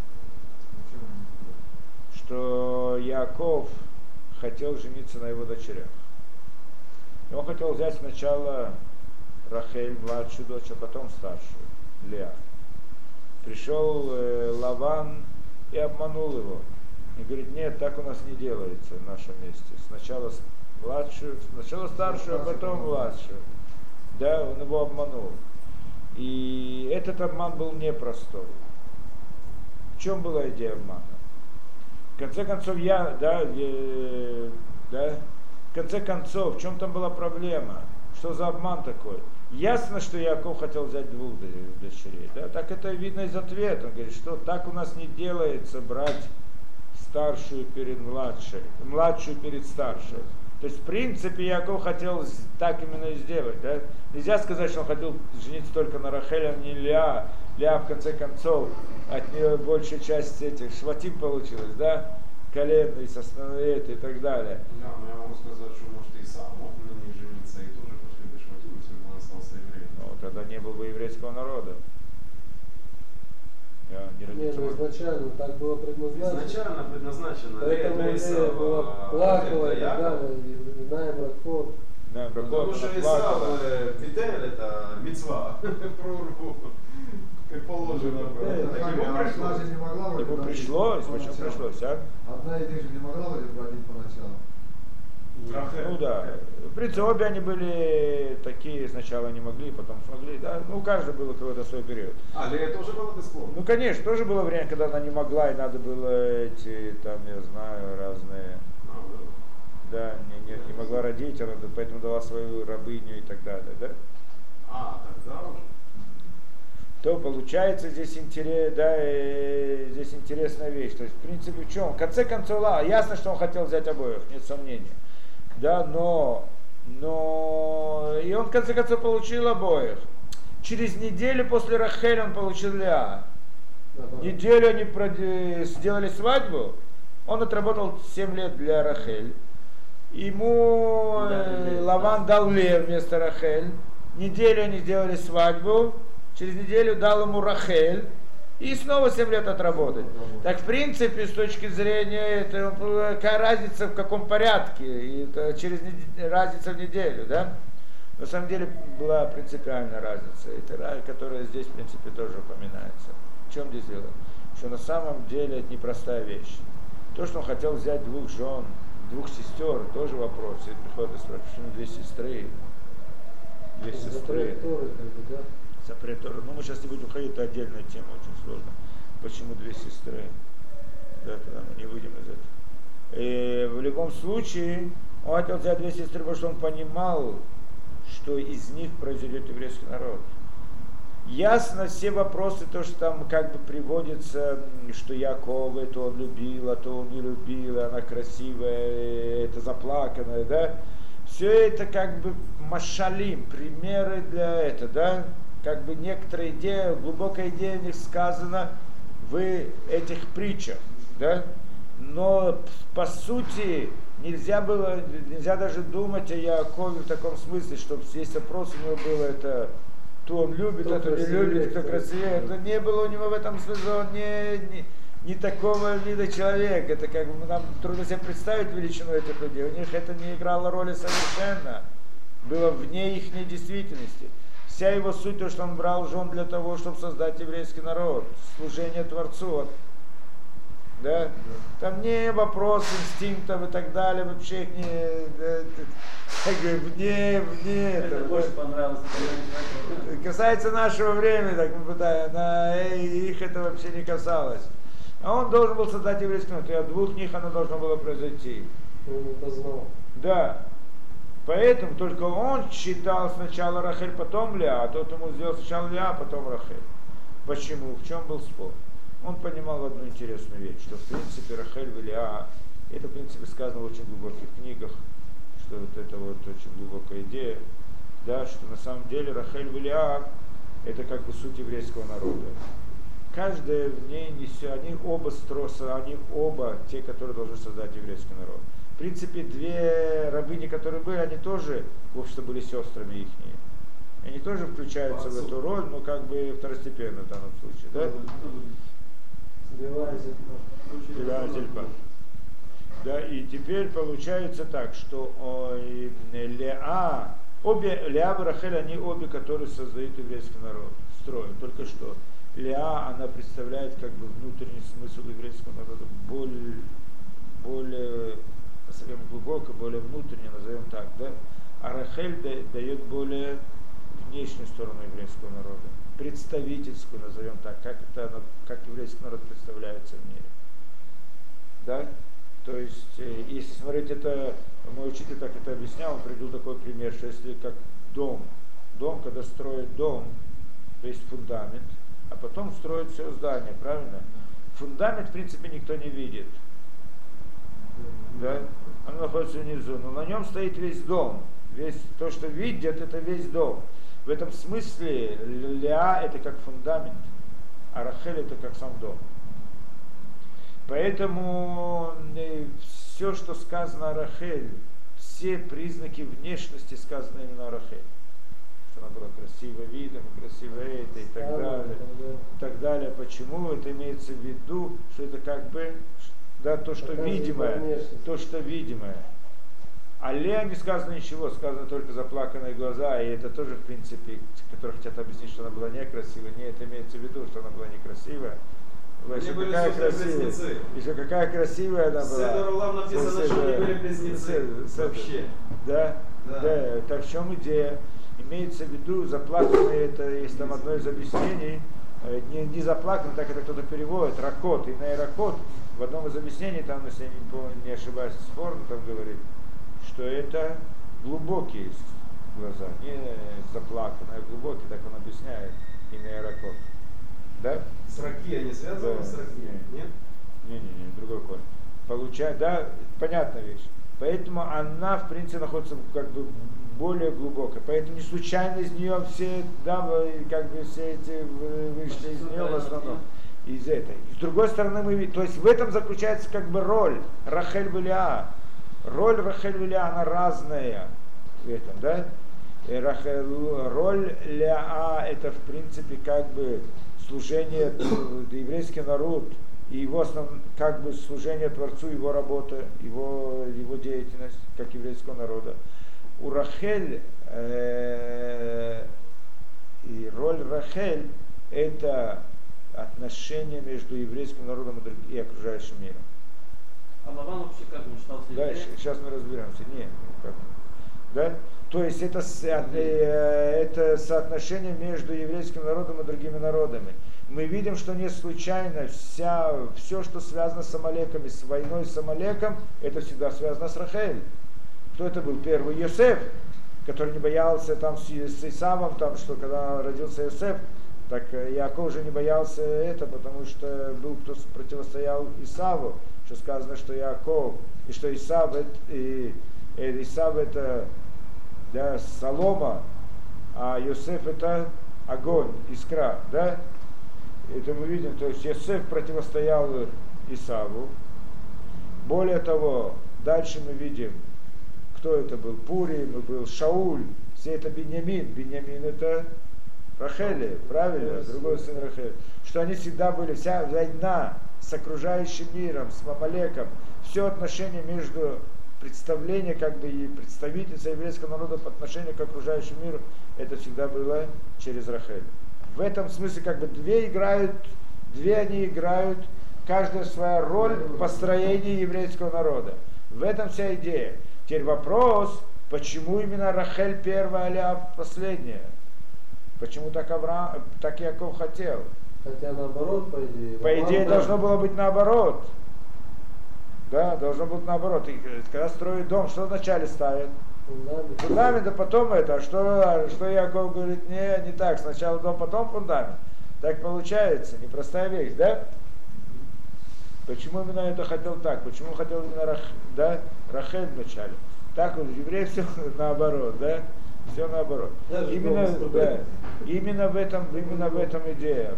Speaker 2: Что Яаков хотел жениться на его дочерях. И он хотел взять сначала Рахель, младшую дочь, а потом старшую, Леа. Пришел э, Лаван и обманул его. И говорит, нет, так у нас не делается в нашем месте. Сначала младшую, сначала старшую, а потом младшую. Да, он его обманул. И этот обман был непростой. В чем была идея обмана? В конце концов, я, да, э, да, в конце концов, в чем там была проблема? Что за обман такой? Ясно, что Яаков хотел взять двух дочерей. Да? Так это видно из ответа. Он говорит, что так у нас не делается брать старшую перед младшей, младшую перед старшей. То есть, в принципе, Яаков хотел так именно и сделать. Да? Нельзя сказать, что он хотел жениться только на Рахель, а не Леа. Леа, в конце концов, от нее большая часть этих шватим получилась, да? Коленный, сосновые и так далее.
Speaker 4: Да, но я могу сказать, что может и сам мог на ней жениться, и тоже пошли бы шватим, если бы он остался евреем.
Speaker 2: Ну, тогда не было бы еврейского народа. Я не
Speaker 6: Не,
Speaker 2: родился.
Speaker 6: ну изначально так было предназначено.
Speaker 4: Изначально предназначено
Speaker 6: Поэтому
Speaker 4: для
Speaker 6: Лея
Speaker 4: Исава,
Speaker 6: была
Speaker 4: а
Speaker 6: плакала
Speaker 4: для
Speaker 6: и так
Speaker 4: Якова.
Speaker 6: далее, и знаем Рахот.
Speaker 2: Да,
Speaker 4: Потому
Speaker 2: Бракот,
Speaker 4: что
Speaker 2: она
Speaker 4: Исав,
Speaker 2: плакала.
Speaker 4: э, Витель это мицва, прорву, как положено было.
Speaker 6: Э,
Speaker 4: Так ему
Speaker 5: Она
Speaker 4: пришлось.
Speaker 5: же не могла вроде
Speaker 2: Ему
Speaker 5: брать
Speaker 2: пришлось,
Speaker 5: поначалу.
Speaker 2: почему пришлось, а?
Speaker 5: Одна из них же не могла вроде бродить поначалу.
Speaker 4: Рахель.
Speaker 2: Ну да. В принципе, обе они были такие, сначала не могли, потом смогли, да. Ну, у каждого было какой-то свой период.
Speaker 4: А, Лея тоже была бесплодна?
Speaker 2: Ну, конечно, тоже было время, когда она не могла, и надо было эти, там, я знаю, разные,
Speaker 4: А, да.
Speaker 2: да, не, не, не могла родить, она поэтому дала свою рабыню и так далее, да.
Speaker 4: А, тогда уже.
Speaker 2: то получается здесь, интерес, да, э, здесь интересная вещь. То есть, в принципе, в чем? В конце концов, ла, ясно, что он хотел взять обоих, нет сомнения. Да, но, но, и он в конце концов получил обоих. Через неделю после Рахель он получил Леа. Неделю они проди- сделали свадьбу, он отработал семь лет для Рахель. Ему э, Лаван дал Лев вместо Рахель. Неделю они сделали свадьбу, через неделю дал ему Рахель. И снова семь лет отработать. Так в принципе, с точки зрения, это, какая разница в каком порядке, и это через нед- разница в неделю, да? На самом деле была принципиальная разница, это, которая здесь в принципе тоже упоминается. В чем здесь дело? Что на самом деле это непростая вещь. То, что он хотел взять двух жен, двух сестер, тоже вопрос. И приходит и спрашивает, почему две сестры? Две сестры. Запрет Торы. Ну, мы сейчас не будем уходить, это отдельная тема, очень сложно. Почему две сестры? Да, тогда мы не выйдем из этого. И в любом случае, он хотел взять две сестры, потому что он понимал, что из них произойдет еврейский народ. Ясно все вопросы, то, что там как бы приводится, что Яков, это он любил, а то он не любил, она красивая, это заплаканная, да. Все это как бы машалим, примеры для этого, да. Как бы некоторая идея, глубокая идея в них сказана в этих притчах, да. Но по сути нельзя было, нельзя даже думать о Яакове в таком смысле, что здесь вопрос у него был это, то он любит, кто это не любит, кто красивее. Это не было у него в этом смысле, он не, не, не такого вида человек. Это как бы нам трудно себе представить величину этих людей. У них это не играло роли совершенно. Было вне их действительности. Вся его суть, то, что он брал жен для того, чтобы создать еврейский народ, служение Творцу. Да? Там не вопрос инстинктов и так далее, вообще их не, да, вне, вне
Speaker 1: Это
Speaker 2: этого.
Speaker 1: больше понравилось.
Speaker 2: Касается нашего времени, так мы пытаемся, на, их это вообще не касалось. А он должен был создать еврейский народ, и от двух них оно должно было произойти.
Speaker 6: Он это знал.
Speaker 2: Да. Поэтому только он считал сначала Рахель, потом Леа, а тот ему сделал сначала Леа, потом Рахель. Почему? В чем был спор? Он понимал одну интересную вещь, что в принципе Рахель и Леа, это в принципе сказано в очень глубоких книгах, что вот это вот очень глубокая идея, да, что на самом деле Рахель и Леа это как бы суть еврейского народа. Каждая в ней несет, они оба строса, они оба те, которые должны создать еврейский народ. В принципе, две рабыни, которые были, они тоже, в общем-то, были сестрами ихние. Они тоже включаются в эту роль, но как бы второстепенно в данном случае, да?
Speaker 6: Белая зельпа.
Speaker 2: Белая зельпа. Да, и теперь получается так, что ой, Леа, обе, Леа и Рахель, они обе, которые создают еврейский народ, строят. Только что Леа, она представляет как бы внутренний смысл еврейского народа, более, более совсем глубоко, более внутренне, назовем так, да? А Рахель дает более внешнюю сторону еврейского народа, представительскую, назовем так, как это, как еврейский народ представляется в мире. Да? То есть, если смотреть это, мой учитель так это объяснял, он привел такой пример, что если как дом, дом, когда строит дом, то есть фундамент, а потом строит все здание, правильно? Фундамент, в принципе, никто не видит. Да? Он находится внизу, но на нем стоит весь дом. Весь то, что видят, это весь дом. В этом смысле Леа это как фундамент, а Рахель это как сам дом. Поэтому все, что сказано о Рахель, все признаки внешности сказаны именно о Рахель. Что она была красивым видом, красивая это и так далее. И так далее. Почему? Это имеется в виду, что это как бы да, то, что видимое, то, что видимое. О Леа не сказано ничего, сказано только заплаканные глаза, и это тоже, в принципе, которые хотят объяснить, что она была некрасивая. Не, это имеется в виду, что она была некрасивая. Еще какая красивая, еще какая красивая она была.
Speaker 4: Седор Улам написано, что они были близнецы. Вообще.
Speaker 2: Да, да, да. Так в чем идея? Имеется в виду, заплаканные, это есть там одно из объяснений, не, не заплаканный, так это кто-то переводит, ракот, и на ракот, в одном из объяснений, там, если я не, помню, не ошибаюсь, Сфорн там говорит, что это глубокие глаза, не заплаканные, а глубокие, так он объясняет. имя Яраков. Да?
Speaker 3: Сроки, они связаны
Speaker 2: Да.
Speaker 3: с сроки?
Speaker 2: Нет.
Speaker 3: Нет?
Speaker 2: Не-не-не, другой корень. Получает, да, понятная вещь. Поэтому она, в принципе, находится как бы более глубокой. Поэтому не случайно из нее все, да, вы- как бы все эти вы- вышли из нее в основном. Из этой. И с другой стороны, мы, видим- то есть в этом заключается как бы роль Рахель Вилиа. Роль Рахель Вилиа, она разная в этом, да? И Рахель, роль Ляа это в принципе как бы служение э, еврейский народ и его основ, как бы служение Творцу, его работа, его, его деятельность как еврейского народа. У Рахель э, и роль Рахель это отношения между еврейским народом и, друг- и окружающим миром.
Speaker 1: А Лаван вообще как он считался
Speaker 2: Да,
Speaker 1: евреем?
Speaker 2: сейчас мы разберемся. Нет, как? Да? То есть это, с- э, это соотношение между еврейским народом и другими народами. Мы видим, что не случайно вся, все, что связано с Амалеком, и с войной с Амалеком, это всегда связано с Рахель. Кто это был? Первый Йосеф, который не боялся там с, с Исавом, там, что когда родился Йосеф, так Яков уже не боялся это, потому что был кто противостоял Исаву, что сказано, что Яков, и что Исав это, и, и Исав это да, солома, а Йосеф это огонь, искра, да? Это мы видим, то есть Йосеф противостоял Исаву. Более того, дальше мы видим, кто это был, Пурим, был Шауль, все это Беньямин, Беньямин это Рахели, правильно, другой сын Рахели, что они всегда были, вся война с окружающим миром, с Мамалеком, все отношения между представление как бы и представительства еврейского народа по отношению к окружающему миру, это всегда было через Рахель. В этом смысле как бы две играют, две они играют, каждая своя роль в построении еврейского народа. В этом вся идея. Теперь вопрос, почему именно Рахель первая, а Ляв последняя? Почему так, Авраам, так Яков хотел?
Speaker 6: Хотя наоборот, по идее.
Speaker 2: По идее
Speaker 6: Лаван,
Speaker 2: должно было быть наоборот. Да, должно быть наоборот. И когда строят дом, что вначале ставят?
Speaker 6: фундамент.
Speaker 2: Фундамент, а потом это. А что, а что Яков говорит, не, не так. Сначала дом, потом фундамент. Так получается, непростая вещь, да? Почему именно это хотел так? Почему хотел именно Рах, да, Рахель вначале? Так вот, еврей все наоборот, да? Все наоборот.
Speaker 6: Даже
Speaker 2: Именно,
Speaker 6: голос
Speaker 2: да, именно в этом, именно в этом идея,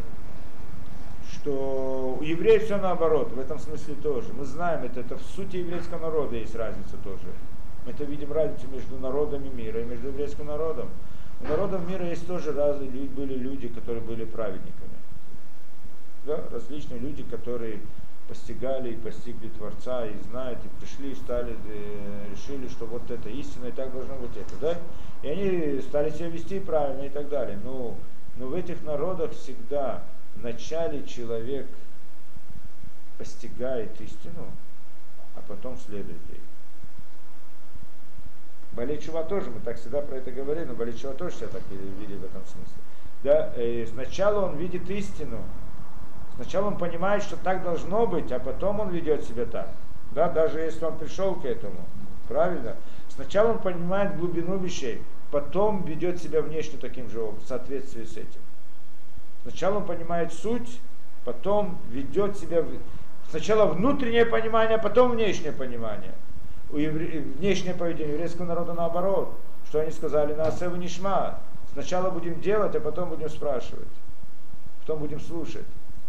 Speaker 2: что у евреев все наоборот, в этом смысле тоже. Мы знаем это, это в сути еврейского народа есть разница тоже. Мы это видим разницу между народами мира и между еврейским народом. У народов мира есть тоже разные были люди, которые были праведниками. Да, различные люди, которые постигали и постигли Творца, и знают, и пришли, и стали, и решили, что вот это истина, и так должно быть это, да? И они стали себя вести правильно и так далее. Но, но в этих народах всегда вначале человек постигает истину, а потом следует ей. Балей Чува тоже, мы так всегда про это говорили, но Балей Чува тоже себя так видели в этом смысле. Да? И сначала он видит истину, сначала он понимает, что так должно быть, а потом он ведет себя так. Да? Даже если он пришел к этому. Правильно? Сначала он понимает глубину вещей, потом ведет себя внешне таким же образом, в соответствии с этим. Сначала он понимает суть, потом ведет себя... Сначала внутреннее понимание, потом внешнее понимание. У евре... Внешнее поведение еврейского народа наоборот. Что они сказали? На асеву нишма. Сначала будем делать, а потом будем спрашивать. Потом будем слушать.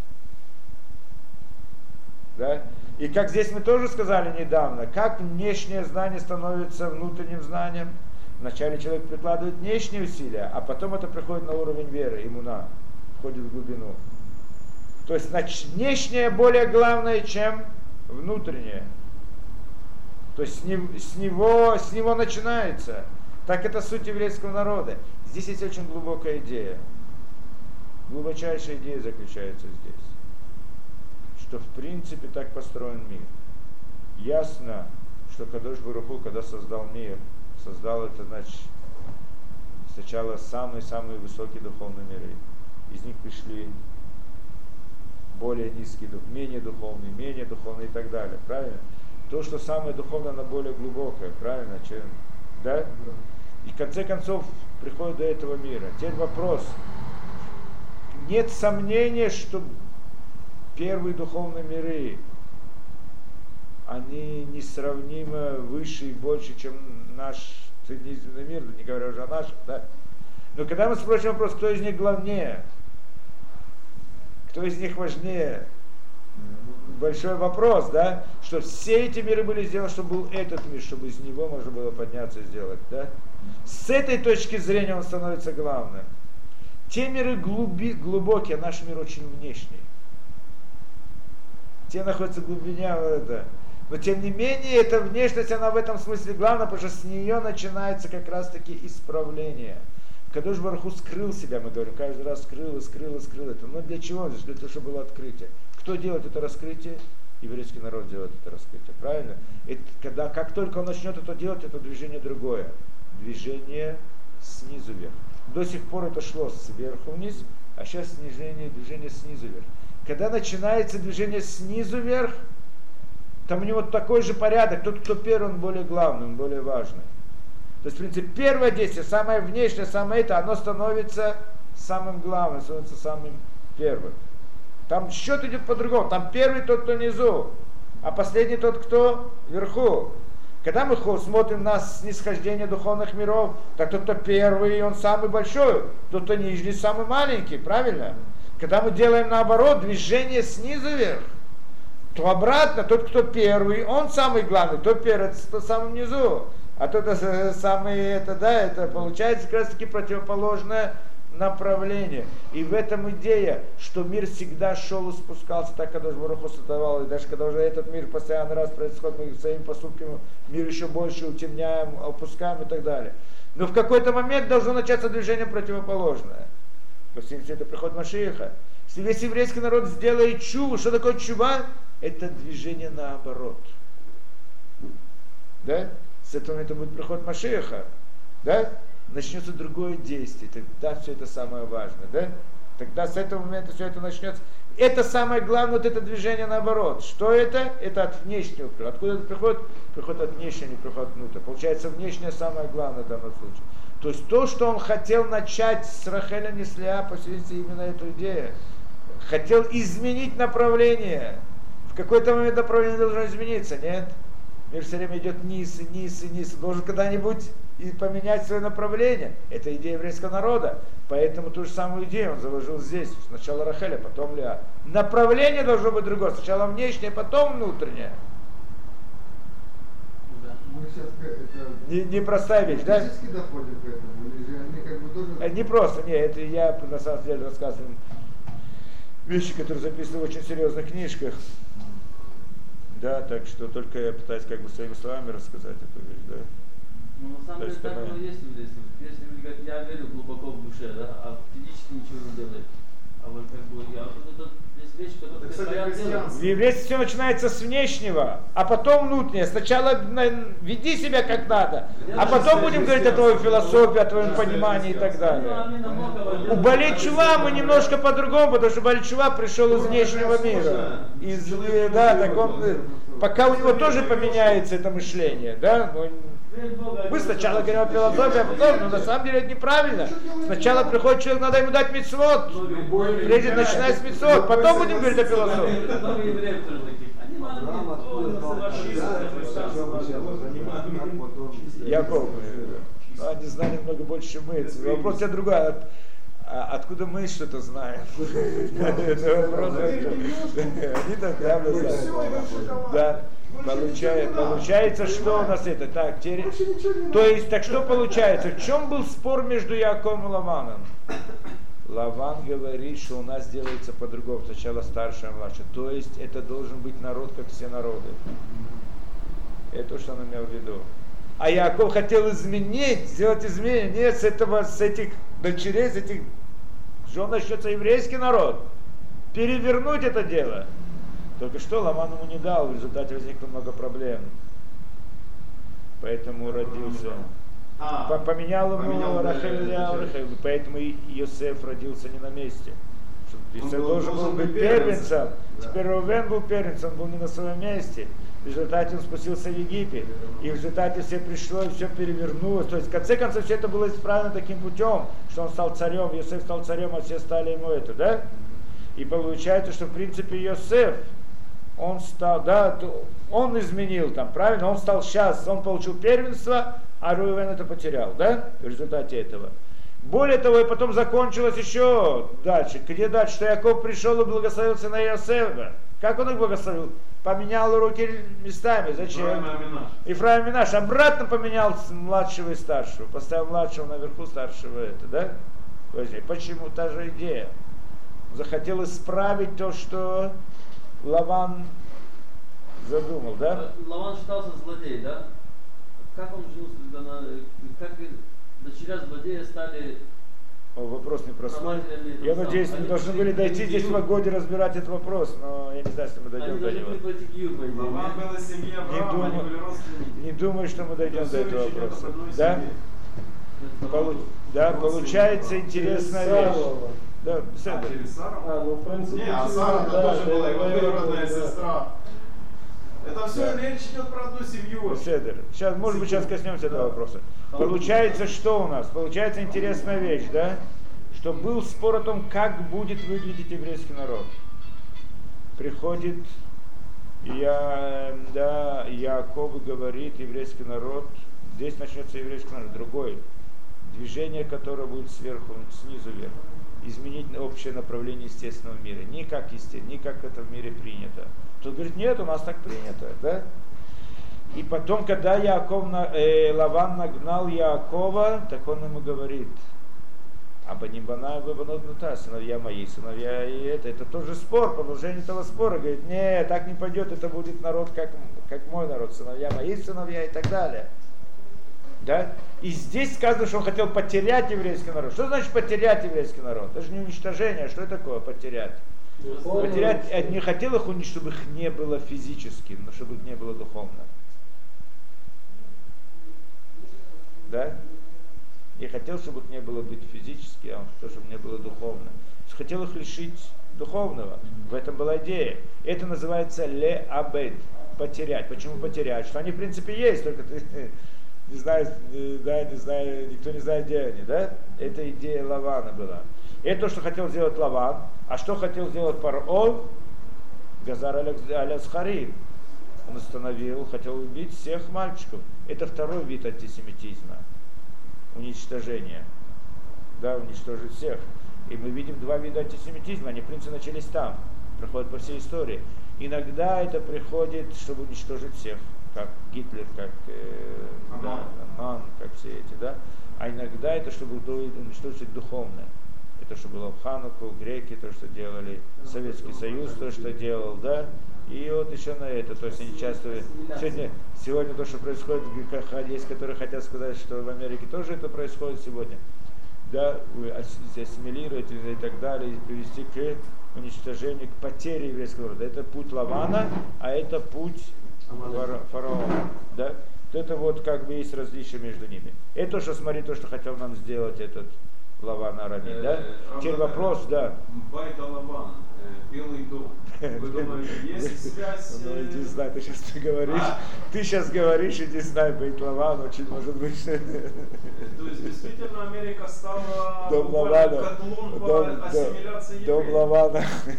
Speaker 2: Да? И как здесь мы тоже сказали недавно, как внешнее знание становится внутренним знанием. Вначале человек прикладывает внешние усилия, а потом это приходит на уровень веры, иммуна, входит в глубину. То есть значит, внешнее более главное, чем внутреннее. То есть с него, с него, с него начинается. Так это суть еврейского народа. Здесь есть очень глубокая идея. Глубочайшая идея заключается здесь. Что в принципе так построен мир. Ясно, что Кадош Барух Ху, когда создал мир, создал это, значит, сначала самые-самые высокие духовные миры. Из них пришли более низкие, менее духовные, менее духовные и так далее. Правильно? То, что самое духовное, оно более глубокое. Правильно? Чем, да? Да. И в конце концов приходит до этого мира. Теперь вопрос. нет сомнения, что первые духовные миры, они несравнимо выше и больше, чем наш цивилизованный мир, не говоря уже о наших, да? Но когда мы спросим вопрос, кто из них главнее, кто из них важнее, большой вопрос, да, что все эти миры были сделаны, чтобы был этот мир, чтобы из него можно было подняться и сделать, да? С этой точки зрения он становится главным. Те миры глуби, глубокие, а наш мир очень внешний. Те находятся в глубине, это. Но тем не менее, эта внешность, она в этом смысле главная, потому что с нее начинается как раз таки исправление. Кадош Барух Ху скрыл себя, мы говорим, каждый раз скрыл и скрыл и скрыл это. Но для чего? Для того, чтобы было открытие. Кто делает это раскрытие? Еврейский народ делает это раскрытие, правильно? Это, когда, как только он начнет это делать, это движение другое. Движение снизу вверх. До сих пор это шло сверху вниз, а сейчас снижение, движение снизу вверх. Когда начинается движение снизу вверх, там у него такой же порядок. Тот, кто первый, он более главный, он более важный. То есть, в принципе, первое действие, самое внешнее, самое это, оно становится самым главным, становится самым первым. Там счет идет по-другому. Там первый тот, кто внизу, а последний тот, кто вверху. Когда мы смотрим на снисхождение духовных миров, так тот, кто первый, он самый большой, тот, кто нижний, самый маленький, правильно? Когда мы делаем наоборот, движение снизу вверх, то обратно, тот, кто первый, он самый главный, тот первый, это тот самый внизу, а тот самый, это, да, это получается как раз таки противоположное направление. И в этом идея, что мир всегда шел и спускался, так когда же Барух Ху создавал, и даже когда уже этот мир постоянно раз происходит, мы своими поступками мир еще больше утемняем, опускаем и так далее. Но в какой-то момент должно начаться движение противоположное. То есть, если это приход Машиаха, если весь еврейский народ сделает чуву, что такое чува? Это движение наоборот. Да? С этого момента будет приход Машиаха. Да? Начнется другое действие, тогда все это самое важное, да? Тогда с этого момента все это начнется. Это самое главное, вот это движение наоборот. Что это? Это от внешнего. Откуда это приходит? Приходит от внешнего, не приходит внутрь. Получается, внешнее самое главное в данном случае. То есть то, что он хотел начать с Рахеля Неслеа, по сути, именно эту идею. Хотел изменить направление. В какой-то момент направление должно измениться, нет? Мир все время идет вниз, и вниз, и вниз. Должен когда-нибудь и поменять свое направление. Это идея еврейского народа. Поэтому ту же самую идею он заложил здесь. Сначала Рахеля, потом Леа. Направление должно быть другое. Сначала внешнее, потом внутреннее.
Speaker 5: Мы сейчас это...
Speaker 2: Не, не простая вещь, да?
Speaker 5: Физически доходим к этому, или же они как бы тоже...
Speaker 2: Это не просто, нет, это я на самом деле рассказываю вещи, которые записаны в очень серьезных книжках. Да, так что только я пытаюсь как бы своими словами рассказать эту вещь, да.
Speaker 1: Ну, на самом
Speaker 2: То
Speaker 1: деле,
Speaker 2: есть,
Speaker 1: так
Speaker 2: когда-
Speaker 1: оно и есть в иудаизме. Если люди говорят, я верю глубоко в душе, да, а физически ничего не делает. А вот как бы, я, вот это есть вещь,
Speaker 3: Это,
Speaker 1: которая
Speaker 3: кстати,
Speaker 1: постоянно делает.
Speaker 3: христианство.
Speaker 2: В еврействе все начинается с внешнего, а потом внутреннее. Сначала на- веди себя как надо, а потом будем говорить о твоей философии, о твоем понимании и так далее. У Бали Чува мы немножко по-другому, потому что Бали Чува пришел из внешнего мира. Из, э, да, так он, э, пока у него тоже поменяется это мышление, да, но мы сначала говорим о философии, а потом, но на самом деле это неправильно. Сначала приходит человек, надо ему дать мицвот, прежде начиная с мицвот, потом будем говорить о философии.
Speaker 1: Много евреев тоже таких. Они
Speaker 5: Авраам откуда знал,
Speaker 1: маленькие,
Speaker 5: когда
Speaker 2: Яков, ну, они знали много больше, чем мы. Вопрос тебе другой. От- а откуда мы что-то знаем? Это вопрос. Они так явно знают. Да. Получается, получается, что у нас это? Так, теперь- то есть, так что получается? В чем был спор между Яковом и Лаваном? Лаван говорит, что у нас делается по-другому. Сначала старшее, младшее. То есть, это должен быть народ, как все народы. Это то, что он имел в виду. А Яков хотел изменить, сделать изменение. Нет, с этого, с этих дочерей, с этих жен начнется еврейский народ. Перевернуть это дело. Только что Лаван ему не дал, в результате возникло много проблем. Поэтому родился.
Speaker 3: А,
Speaker 2: По- Поменял ему
Speaker 3: поменял, да,
Speaker 2: Рахель,
Speaker 3: да, да,
Speaker 2: Рахель, поэтому и Йосеф родился не на месте. Что
Speaker 3: Он
Speaker 2: Йосеф
Speaker 3: был-
Speaker 2: должен был
Speaker 3: должен
Speaker 2: быть
Speaker 3: быть
Speaker 2: первенцем.
Speaker 3: первенцем, да.
Speaker 2: Теперь Рувен был первенцем, он был не на своем месте. В результате он спустился в Египет. И в результате все пришло, и все перевернулось. То есть в конце концов все это было исправлено таким путем, что он стал царем, Йосеф стал царем, а все стали ему это, да? И получается, что в принципе Йосеф, он стал, да, он изменил там, правильно? Он стал сейчас, он получил первенство, а Рувен это потерял, да? В результате этого. Более того, и потом закончилось еще дальше. Где дальше? Что Яков пришел и благословил сына Йосефа. Как он их благословил? Поменял руки местами. Зачем? Ифраим и Минаш. Обратно поменял младшего и старшего. Поставил младшего наверху, старшего это, да? Почему? Та же идея. Захотел исправить то, что Лаван задумал, да?
Speaker 1: Лаван считался злодей, да? Как он женился тогда на... Как дочеря злодея стали...
Speaker 2: О, вопрос непростой. Я надеюсь, мы должны были дойти здесь в годе разбирать этот вопрос, но я не знаю, если мы дойдем
Speaker 1: Они
Speaker 2: до него.
Speaker 1: должны были пойти к Юру, по идее.
Speaker 4: Лаван была семья Авраама, они были родственники.
Speaker 2: Не думаю, что мы дойдем до этого
Speaker 4: Все
Speaker 2: вопроса.
Speaker 4: в одной
Speaker 2: Да?
Speaker 4: семье.
Speaker 2: Полу- Да, получается интересная вещь.
Speaker 6: Сарова.
Speaker 2: Да,
Speaker 4: А,
Speaker 2: Седер.
Speaker 4: через Сару?
Speaker 6: А, ну в принципе...
Speaker 3: Не, а Сара
Speaker 6: да,
Speaker 3: тоже
Speaker 6: да,
Speaker 3: была его
Speaker 6: наверное,
Speaker 3: двоюродная
Speaker 6: да.
Speaker 3: сестра.
Speaker 4: Это все
Speaker 2: Да.
Speaker 4: речь идет про одну семью.
Speaker 2: Седер. Сейчас, может быть, сейчас коснемся этого вопроса. Получается, что у нас? Получается интересная вещь, да? Что был спор о том, как будет выглядеть еврейский народ. Приходит я, да, Яаков говорит, еврейский народ, здесь начнется еврейский народ, другой. Движение, которое будет сверху, снизу вверх. Изменить общее направление естественного мира. Не как естественно, не как это в мире принято. Тут говорит, нет, у нас так принято, да? И потом, когда Яаков, э, Лаван нагнал Яакова, так он ему говорит, Абанибана, Вабанотнута, сыновья мои, сыновья и это, это тоже спор, продолжение этого спора. Говорит, нет, так не пойдет, это будет народ, как, как мой народ, сыновья мои, сыновья и так далее. Да? И здесь сказано, что он хотел потерять еврейский народ. Что значит потерять еврейский народ? Это же не уничтожение, что это такое потерять?
Speaker 6: Духовно
Speaker 2: Потерять,
Speaker 6: вообще.
Speaker 2: не хотел их уничтожить, чтобы их не было физически, но чтобы их не было духовно. Да? Не хотел, чтобы их не было быть физически, а он хотел, чтобы не было духовно. Хотел их лишить духовного. В этом была идея. Это называется ле абед, потерять. Почему потерять? Что они в принципе есть, только ты не знаешь, да, не знаю, никто не знает, где они, да? Это идея Лавана была. Это то, что хотел сделать Лаван. А что хотел сделать Паро? Газар аля-Схарим. Он установил, хотел убить всех мальчиков. Это второй вид антисемитизма. Уничтожение. Да, уничтожить всех. И мы видим два вида антисемитизма, они в принципе начались там, проходят по всей истории. Иногда это приходит, чтобы уничтожить всех, как Гитлер, как э, да, Аман, как все эти, да. А иногда это, чтобы уничтожить духовное. Это, что было в Хануку, греки, то, что делали, Советский Союз, то, что делал, да. И вот еще на это, то есть они часто, сегодня, сегодня то, что происходит, есть, которые хотят сказать, что в Америке тоже это происходит сегодня, да, ассимилировать и так далее, и привести к уничтожению, к потере еврейского народа. Это путь Лавана, а это путь фара, фараона, да. Это вот как бы есть различия между ними. Это то, что, смотри, то, что хотел нам сделать этот Лаван Арамин, да. Теперь вопрос, да.
Speaker 4: Байт Лаван, Белый дом. Вы думаете, есть связь?
Speaker 2: Ну, иди знай, ты сейчас ты говоришь,
Speaker 4: А?
Speaker 2: ты сейчас говоришь, иди знай, Бейт Лаван, очень может быть.
Speaker 4: То есть действительно Америка стала
Speaker 2: Дом
Speaker 4: буквально
Speaker 2: Лавана.
Speaker 4: котлом по
Speaker 2: Дом,
Speaker 4: ассимиляции
Speaker 2: дом
Speaker 4: евреев.
Speaker 2: Лавана.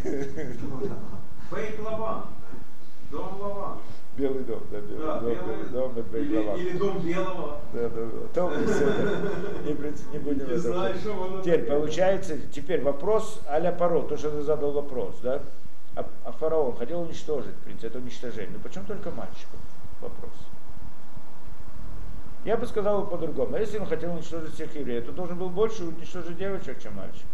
Speaker 4: Бейт Лаван. Дом Лаван.
Speaker 2: Белый дом, да, белый
Speaker 4: Да,
Speaker 2: дом,
Speaker 4: белый,
Speaker 2: белый дом, это Бейт
Speaker 4: или,
Speaker 2: Лаван.
Speaker 4: или дом Белого.
Speaker 2: Да, да, да. Том, не, принципе, не будем
Speaker 4: Не
Speaker 2: это
Speaker 4: знаю,
Speaker 2: обсуждать.
Speaker 4: что оно
Speaker 2: Теперь
Speaker 4: такое.
Speaker 2: получается, теперь вопрос а-ля Паро, то, что ты задал вопрос, да? А, а фараон хотел уничтожить, в принципе, это уничтожение. Но почему только мальчиков? Вопрос. Я бы сказал по-другому. А если он хотел уничтожить всех евреев, то должен был больше уничтожить девочек, чем мальчиков.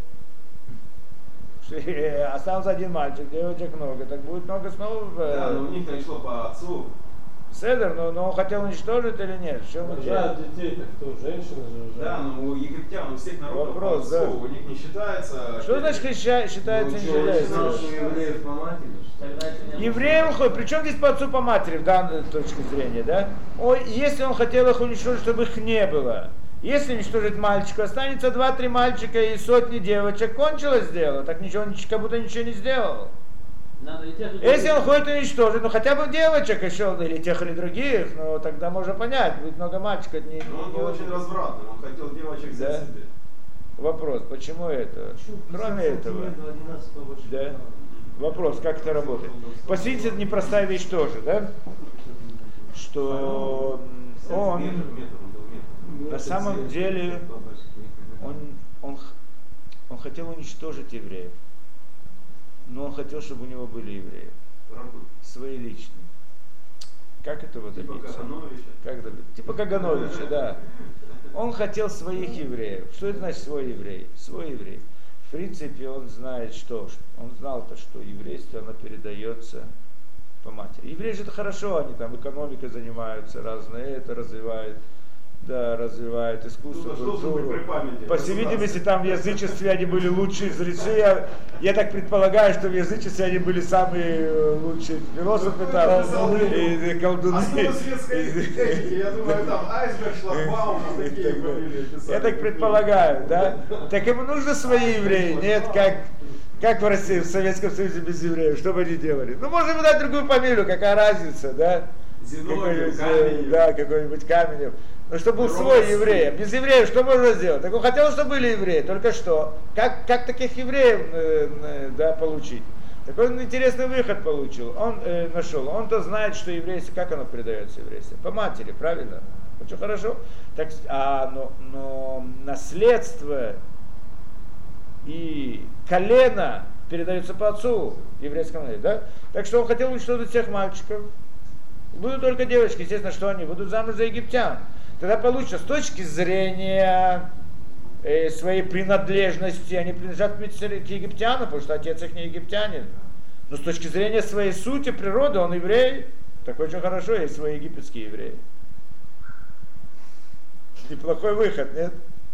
Speaker 2: Остался один мальчик, девочек много, так будет много снова.
Speaker 4: Да, но у них там шло по отцу.
Speaker 2: Седер, но, но он хотел уничтожить или нет? В чем
Speaker 6: Да,
Speaker 2: идея?
Speaker 6: детей-то кто? Женщины же уже.
Speaker 4: Да, но у египтян, у всех народов
Speaker 2: Вопрос,
Speaker 4: по отцу,
Speaker 2: да.
Speaker 4: у них не считается.
Speaker 2: Что значит считается, считается
Speaker 4: Ну,
Speaker 2: не
Speaker 4: что,
Speaker 2: считается?
Speaker 4: знал,
Speaker 7: что евреев по матери, что ли?
Speaker 1: Тогда это не
Speaker 2: Евреям ходит, причем здесь по отцу, по матери, в данной точке зрения, да? Ой, если он хотел их уничтожить, чтобы их не было. Если уничтожить мальчика, останется два-три мальчика и сотни девочек, кончилось дело, так ничего, как будто ничего не сделал.
Speaker 1: Надо и тех, и
Speaker 2: Если
Speaker 1: других.
Speaker 2: он хочет уничтожить, ну хотя бы девочек еще, или тех, или других, ну тогда можно понять, будет много мальчиков. Не,
Speaker 3: Но он
Speaker 2: не-
Speaker 3: был очень развратным, он хотел девочек взять
Speaker 2: Да.
Speaker 3: себе.
Speaker 2: Вопрос, почему это? Кроме этого, да? Вопрос, как это работает? Посмотрите, это непростая вещь тоже, да? Что он
Speaker 4: Метр, метр, он был метр.
Speaker 2: на самом деле он, он, х- он хотел уничтожить евреев, но он хотел, чтобы у него были евреи,
Speaker 3: Рабы.
Speaker 2: свои личные. Как этого
Speaker 3: Типа
Speaker 2: добиться?
Speaker 3: Кагановича.
Speaker 2: Как добиться? Типа Кагановича, да. Он хотел своих евреев. Что это значит свой еврей? Свой еврей. В принципе, он знает, что он знал-то, что еврейство, оно передается по матери. Евреи же это хорошо, они там экономикой занимаются, разные это развивают, да, развивают искусство,
Speaker 3: Ну, что же быть
Speaker 2: культуру.
Speaker 3: при памяти?
Speaker 2: По всей видимости, там в язычестве они были лучшие жрецы. Я, я так предполагаю, что в язычестве они были самые э, лучшие философы там, и, и колдуны.
Speaker 3: Основа светской техники, я думаю, там айсберг, шлагбаум, вот такие фамилии писали.
Speaker 2: Я так предполагаю, да? Так ему нужны свои евреи, нет, как, как в России, в Советском Союзе без евреев, что бы они делали? Ну, можно ему дать другую фамилию, какая разница, да?
Speaker 3: Зиновьев,
Speaker 2: Какой-нибудь, э,
Speaker 3: Каменев.
Speaker 2: да, какой-нибудь Каменев. Ну, чтобы был
Speaker 3: Роман
Speaker 2: свой
Speaker 3: Сын.
Speaker 2: еврей. А без евреев что можно сделать? Так он хотел, чтобы были евреи, только что. Как, как таких евреев э, э, да, получить? Такой он интересный выход получил. Он э, нашел. Он-то знает, что еврейство, как оно передается еврейство? По матери, правильно? Очень хорошо. Так, а, но, но наследство и колено передаются по отцу в еврейском народе, да? Так что он хотел уничтожить всех мальчиков. Будут только девочки, естественно, что они будут замуж за египтян. Тогда получится с точки зрения э, своей принадлежности, они принадлежат к египтянам, потому что отец их не египтянин. Но с точки зрения своей сути, природы, он еврей. Так очень хорошо, есть свои египетские евреи. Неплохой выход, нет?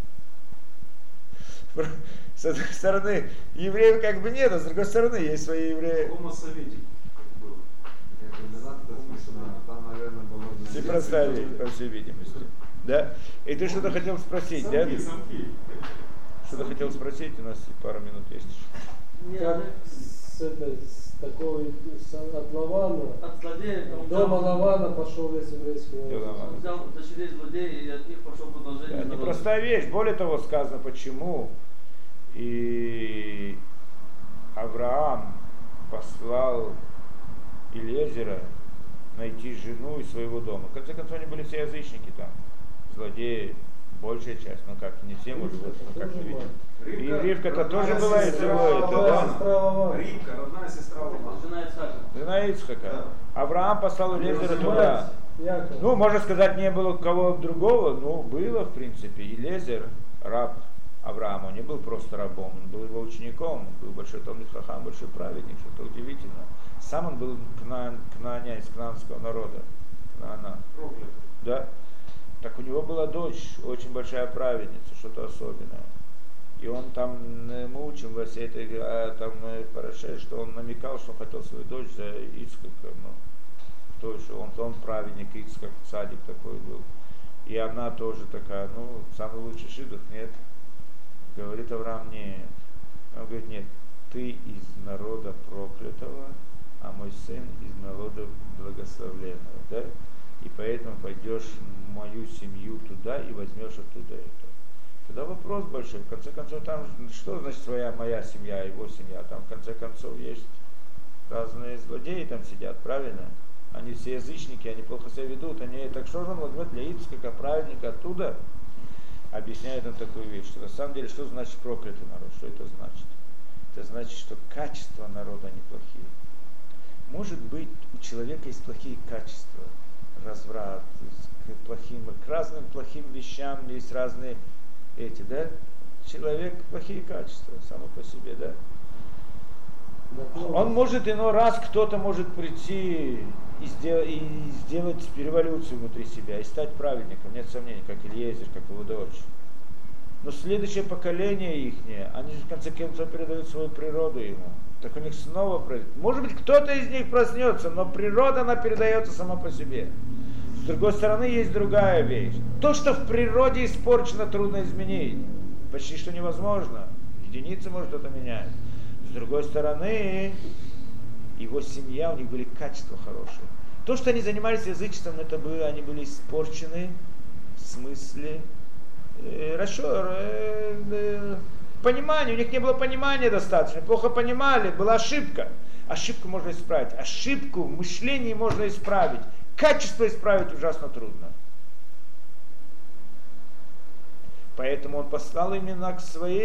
Speaker 2: С одной стороны, евреев как бы нет, а с другой стороны, есть свои евреи.
Speaker 3: Homo советик, как было.
Speaker 5: Там, наверное, было...
Speaker 2: Все проставили, по всей видимости. Да? И ты что-то хотел спросить, да?
Speaker 3: Самки, самки.
Speaker 2: Что-то хотел спросить, у нас пару минут есть еще.
Speaker 1: Нет,
Speaker 6: Как
Speaker 1: ну,
Speaker 6: с, этой, с такой, с, от Лавана,
Speaker 1: от злодея он
Speaker 6: дома
Speaker 1: взял-
Speaker 6: Лавана пошел весь еврейский народ.
Speaker 2: Дома Лавана.
Speaker 1: Он взял дочерей злодея, и от них пошел продолжение.
Speaker 2: Да,
Speaker 1: народа.
Speaker 2: непростая вещь. Более того, сказано, почему и Авраам послал Илиезера найти жену из своего дома. В конце концов, они были все язычники там, злодеи, большая часть, ну как, не все, может быть, ну как мы видим. И Ривка-то тоже
Speaker 3: родная
Speaker 2: была из
Speaker 3: сестра
Speaker 2: его, это,
Speaker 6: Родная
Speaker 2: да,
Speaker 6: сестра Лавана.
Speaker 3: Ривка, родная сестра Лавана.
Speaker 1: Жена Ицхака.
Speaker 2: жена Ицхака.
Speaker 3: Да.
Speaker 2: Авраам послал Илиезера туда.
Speaker 6: Яков.
Speaker 2: Ну, можно сказать, не было кого другого, но было, в принципе, Илиезер, раб Авраама, он не был просто рабом, он был его учеником, он был большой Талмид Хахам, большой праведник, что-то удивительно. Сам он был кнаан, кнаанянин из кнаанского народа, Кнаана,
Speaker 3: Проклятый.
Speaker 2: да? Так у него была дочь, очень большая праведница, что-то особенное. И он там, э, мы учим во всей этой а, там, э, параше, что он намекал, что он хотел свою дочь за Ицхака, ну, кто еще, он, он праведник, Ицхак, садик такой был. И она тоже такая, ну, самый лучший шидух, нет. Говорит Авраам, нет. Он говорит, нет, ты из народа проклятого, а мой сын из народа благословленного, да? И поэтому пойдешь в мою семью туда и возьмешь оттуда это. Тогда вопрос большой. В конце концов, там что значит своя моя семья, его семья? Там в конце концов есть разные злодеи там сидят, правильно? Они все язычники, они плохо себя ведут, они так что же он возьмет для Ицхака, праведника оттуда? Объясняет он такую вещь, что на самом деле, что значит проклятый народ, что это значит? Это значит, что качества народа неплохие. Может быть, у человека есть плохие качества, разврат, к, плохим, к разным плохим вещам есть разные эти, да? Человек плохие качества, само по себе, да? Он может иной раз, кто-то может прийти и, сдел, и сделать революцию внутри себя, и стать праведником, нет сомнений, как Илиезер, как его дочь. Но следующее поколение ихнее, они же в конце концов передают свою природу ему. Так у них снова произойдет. Может быть, кто-то из них проснется, но природа, она передается сама по себе. С другой стороны, есть другая вещь. То, что в природе испорчено, трудно изменить. Почти что невозможно. Единицы может кто-то менять. С другой стороны, его семья, у них были качества хорошие. То, что они занимались язычеством, это было, они были испорчены в смысле э, расчё- э, э, понимания, у них не было понимания достаточно, плохо понимали, была ошибка. Ошибку можно исправить, ошибку в мышлении можно исправить, качество исправить ужасно трудно. Поэтому он послал именно к своей